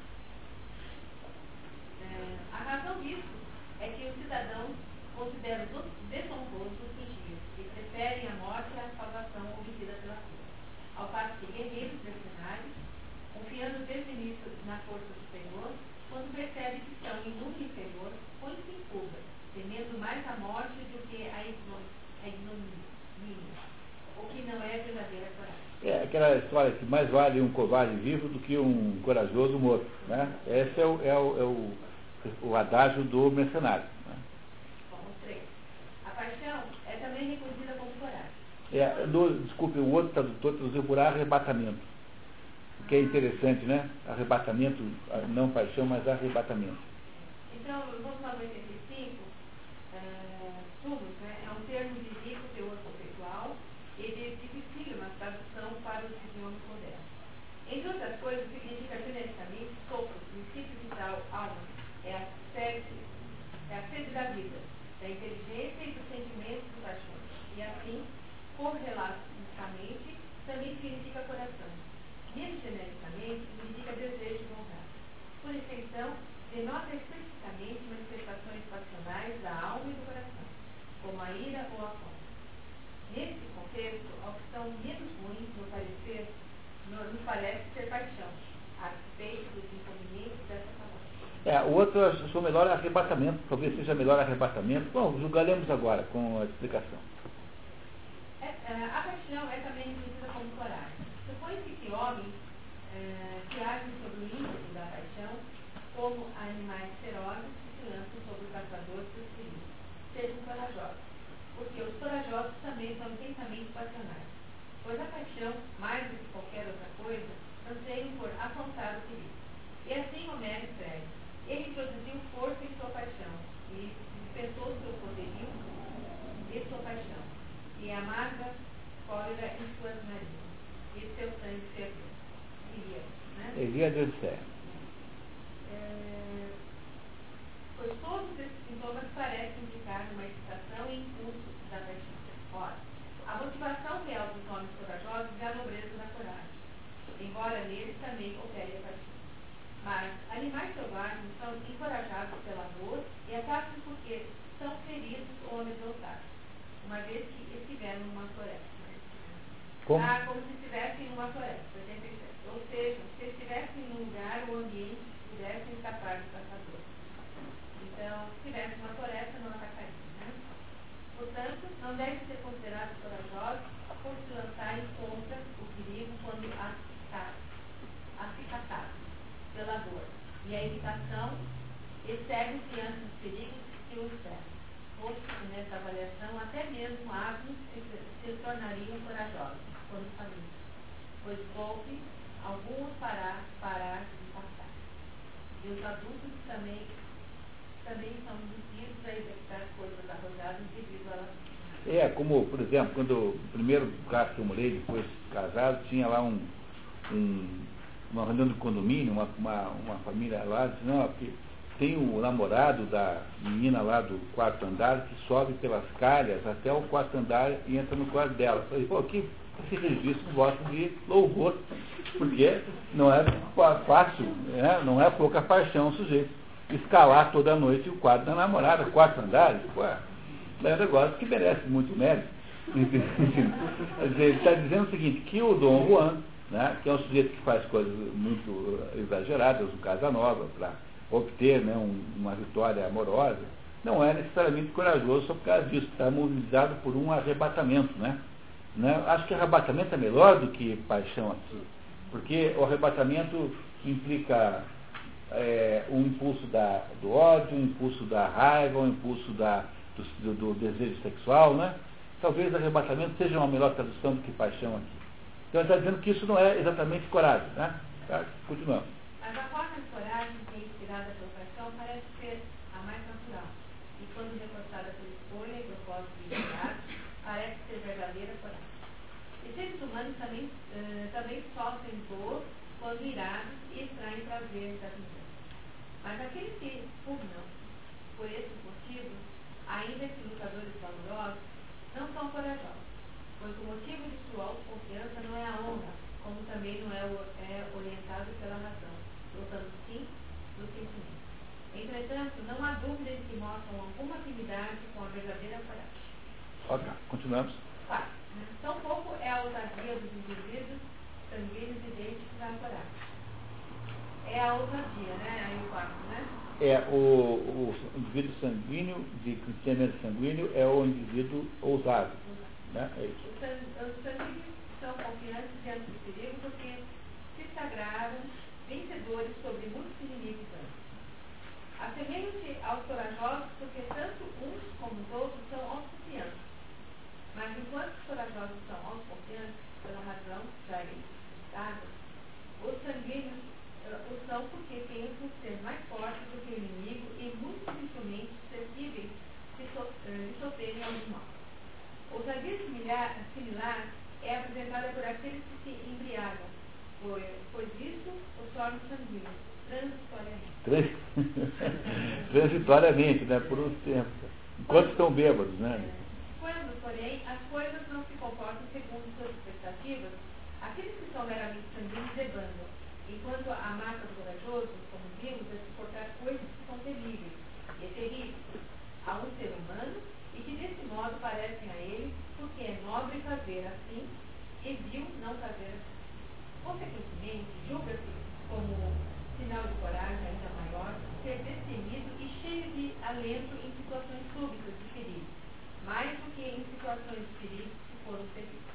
A razão disso é que os cidadãos consideram desonroso fugir e preferem a morte à salvação obtida pela cruz. Ao passo que guerreiros mercenários, confiando desde o início na força superior, quando percebem que estão em número inferior, põem-se em fuga, temendo mais a morte do que a ignomínia, o que não é verdadeira coragem. É aquela história que mais vale um covarde vivo do que um corajoso morto, né? Esse é o adágio do mercenário. Né? Como 3. A paixão é também reconduzida como coragem. Desculpe, o outro tradutor traduziu por arrebatamento, que é interessante, né? Arrebatamento, não paixão, mas arrebatamento. Então, vamos lá no 85, né? É um termo de rico teor conceitual e de dificílima tradução para os idiomas modernos. Entre outras coisas, significa genericamente sopro, princípio vital, alma, é a sede da vida, da inteligência e dos sentimentos e paixões. E assim, correlativamente, também significa coração. Mesmo genericamente, significa desejo de honrar. Por extensão, denota explicitamente manifestações passionais da alma e do coração, como a ira ou a fome. Nesse contexto, a opção menos ruim, nos parece ser paixão, a respeito dos inconvenientes dessa palavra. O outro achou melhor arrebatamento, talvez seja melhor arrebatamento. Bom, julgaremos agora com a explicação. A paixão é também entendida como coragem. Supõe-se que homens que agem sobre o ímpeto da paixão, como animais ferozes que se lançam sobre os caçadores dos perigos, sejam corajosos, porque os corajosos também são intensamente passionais. Pois a paixão, mais do que qualquer outra coisa, anseia por afrontar o perigo. E assim Homero escreve: ele introduziu força em sua paixão, e despertou seu poderio e sua paixão, e amarga cólera em suas narinas, e seu sangue ferveu. Ilíada de Odisseia. Pois todos esses sintomas parecem indicar uma excitação e impulso da paixão. Ora, a motivação real dos homens corajosos é a nobreza da coragem, embora neles também opere a paixão. Mas animais selvagens são encorajados pela dor e atacam porque são feridos ou amedrontados, uma vez que estiveram numa floresta. Como? Como se estivessem numa floresta, 87. Ou seja, se estivessem em um lugar ou ambiente que pudessem escapar dos caçadores. Então, se estivesse numa floresta, não atacariam, né? Portanto, não devem ser considerados corajosos por se lançarem contra o perigo quando acicatados pela dor e a irritação excedem diante dos perigos que os cercam. Posto que nessa avaliação, até mesmo asnos se tornariam corajosos quando faziam. pois golpe algum os parar de passar. E os adultos também são induzidos a executar coisas arrojadas devido a elas. Como, por exemplo, quando o primeiro caso que eu morei, depois casado, tinha lá uma reunião de condomínio, uma família lá, disse, não, porque tem o namorado da menina lá do quarto andar que sobe pelas calhas até o quarto andar e entra no quarto dela. Eu falei, pô, que se registra um voto de louvor, porque não é fácil, não é pouca paixão o sujeito escalar toda noite o quarto da namorada, quarto andar, pô, é um negócio que merece muito mérito. Ele está dizendo o seguinte, que o Dom Juan, né, que é um sujeito que faz coisas muito exageradas, no Casanova, para obter, né, uma vitória amorosa, não é necessariamente corajoso só por causa disso, está mobilizado por um arrebatamento, né? Acho que arrebatamento é melhor do que paixão aqui, porque o arrebatamento implica um impulso do ódio, um impulso da raiva, um impulso do desejo sexual, né? Talvez arrebatamento seja uma melhor tradução do que paixão aqui. Então ele está dizendo que isso não é exatamente coragem, né? Tá? Continuamos. Mas a forma de coragem que é inspirada pela paixão parece ser a mais natural. E quando reforçada pela escolha e propósito deliberado, parece ser verdadeira coragem. E seres humanos também sofrem dor quando irados e extraem prazer da vida. Mas aqueles que pugnam por esses motivos, ainda que lutadores valorosos, não são corajosos, pois o motivo de sua autoconfiança não é a honra, como também não é orientado pela razão, lutando sim do sentimento. Entretanto, não há dúvida de que mostram alguma afinidade com a verdadeira coragem. Ok, continuamos. Claro, tampouco é a ousadia dos indivíduos sanguíneos idênticos à coragem. É a ousadia, né? Aí o quarto, né? O indivíduo sanguíneo, de crescimento sanguíneo, é o indivíduo ousado. Né? É isso. Os sanguíneos são confiantes diante do perigo porque se sagraram vencedores sobre muitos inimigos antes. Assemelham-se aos corajosos porque tanto uns como os outros são autoconfiantes. Mas enquanto os corajosos são autoconfiantes pela razão já citada, os sanguíneos o são porque pensam ser mais fortes do que o inimigo e muito dificilmente suscetíveis de sofrerem algum mal. Ousadia similar é apresentada por aqueles que se embriagam, pois isso os torna sanguíneos, transitoriamente. Transitoriamente, né? Por um tempo. Enquanto estão bêbados, né? Quando, porém, as coisas não se comportam segundo suas expectativas, aqueles que são meramente sanguíneos debandam, enquanto a massa do corajoso, como vimos, é suportar coisas que são terríveis e terríveis a um ser humano e que desse modo parecem a ele, porque é nobre fazer assim e vil não fazer assim. Consequentemente, julga-se como sinal de coragem ainda maior ser destemido e cheio de alento em situações súbitas de perigo, mais do que em situações de perigo que foram terríveis.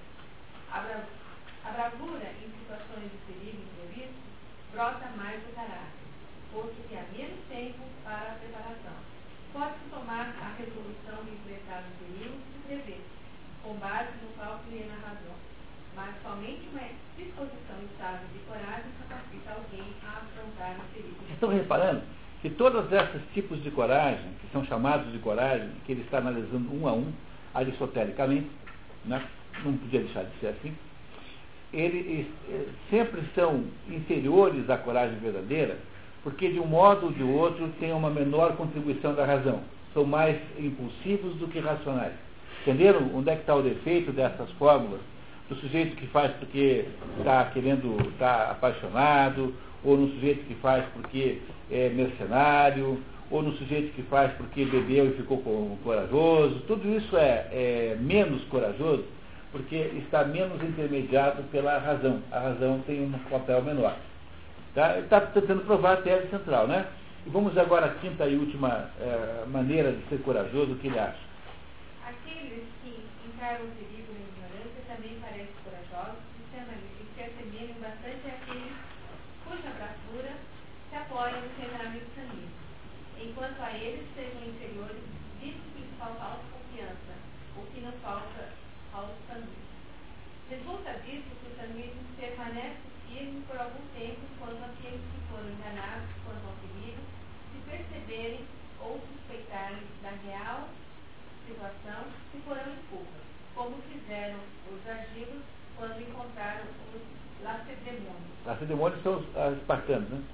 A bravura em situações de perigo imprevisto brota mais do caráter, posto que há menos tempo para a preparação. Pode-se tomar a resolução de enfrentar o perigo se prever, com base no cálculo e na razão, mas somente uma disposição estável de coragem capacita alguém a afrontar o perigo. Vocês estão reparando que todos esses tipos de coragem, que são chamados de coragem, que ele está analisando um a um, aristotelicamente, né? Não podia deixar de ser assim, eles sempre são inferiores à coragem verdadeira, porque de um modo ou de outro tem uma menor contribuição da razão. São mais impulsivos do que racionais. Entenderam onde é que está o defeito dessas fórmulas? Do sujeito que faz porque está apaixonado, ou no sujeito que faz porque é mercenário, ou no sujeito que faz porque bebeu e ficou corajoso. Tudo isso é menos corajoso porque está menos intermediado pela razão. A razão tem um papel menor. Tá? Ele está tentando provar a tese central, né? E vamos agora à quinta e última maneira de ser corajoso, o que ele acha. Aqueles que encaram o perigo na ignorância também parecem corajosos e se assemelham bastante àqueles cuja bravura se apoia no temperamento sanguíneo, enquanto a eles sejam inferiores, visto que lhes falta autoconfiança, o que não falta aos sanguíneos. Resulta disso que o samilismo permanece firme por algum tempo quando aqueles que foram enganados quanto ao perigo se perceberem ou suspeitarem da real situação e porão em fuga, como fizeram os argivos quando encontraram os lacedemônios. Lacedemônios são os espartanos, né?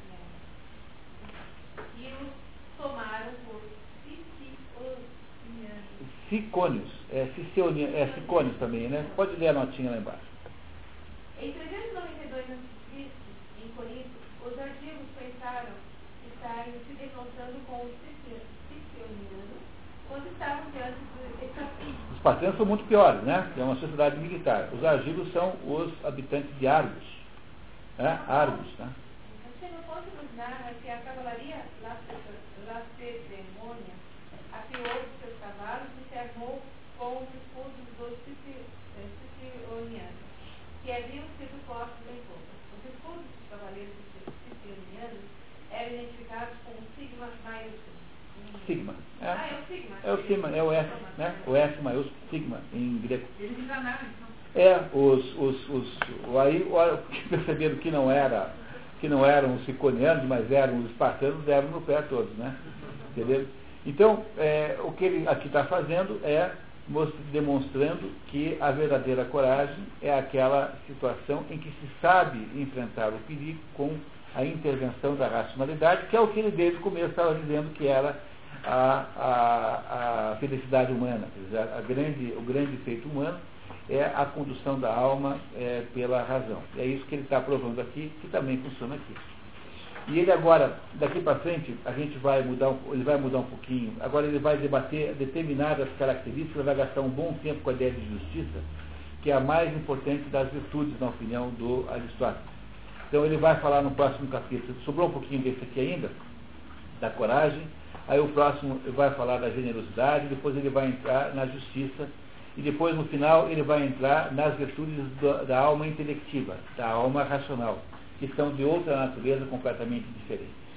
E os tomaram por Sicônios, Sicônios também, né? Pode ler a notinha lá embaixo. Em 392 a.C., em Corinto, os argivos pensaram estarem se defrontando com os sicilianos quando estavam diante do Espartano. Os espartanos são muito piores, né? É uma sociedade militar. Os argivos são os habitantes de Argos. Argos, tá? Você não pode imaginar que a cavalaria lacedemônia afiou os seus cavalos e se armou com os escudos dos sicilianos, que haviam sido postos em fuga. Os escudos dos cavaleiros sicilianos eram identificados com o sigma maiúsculo. Sigma. É o sigma. É o sigma, é o S, né? O S maiúsculo, sigma, em grego. Eles enganaram, então. Aí perceberam que não eram os siconianos, mas eram os espartanos, deram no pé todos, né? Entendeu? Então, o que ele aqui está fazendo é demonstrando que a verdadeira coragem é aquela situação em que se sabe enfrentar o perigo com a intervenção da racionalidade, que é o que ele desde o começo estava dizendo que era a felicidade humana. Quer dizer, o grande feito humano é a condução da alma pela razão. E é isso que ele está provando aqui, que também funciona aqui. E ele agora, daqui para frente, ele vai mudar um pouquinho. Agora ele vai debater determinadas características, vai gastar um bom tempo com a ideia de justiça, que é a mais importante das virtudes, na opinião do Aristóteles. Então ele vai falar no próximo capítulo, sobrou um pouquinho desse aqui ainda, da coragem, aí o próximo vai falar da generosidade, depois ele vai entrar na justiça, e depois no final ele vai entrar nas virtudes da alma intelectiva, da alma racional, que são de outra natureza completamente diferente.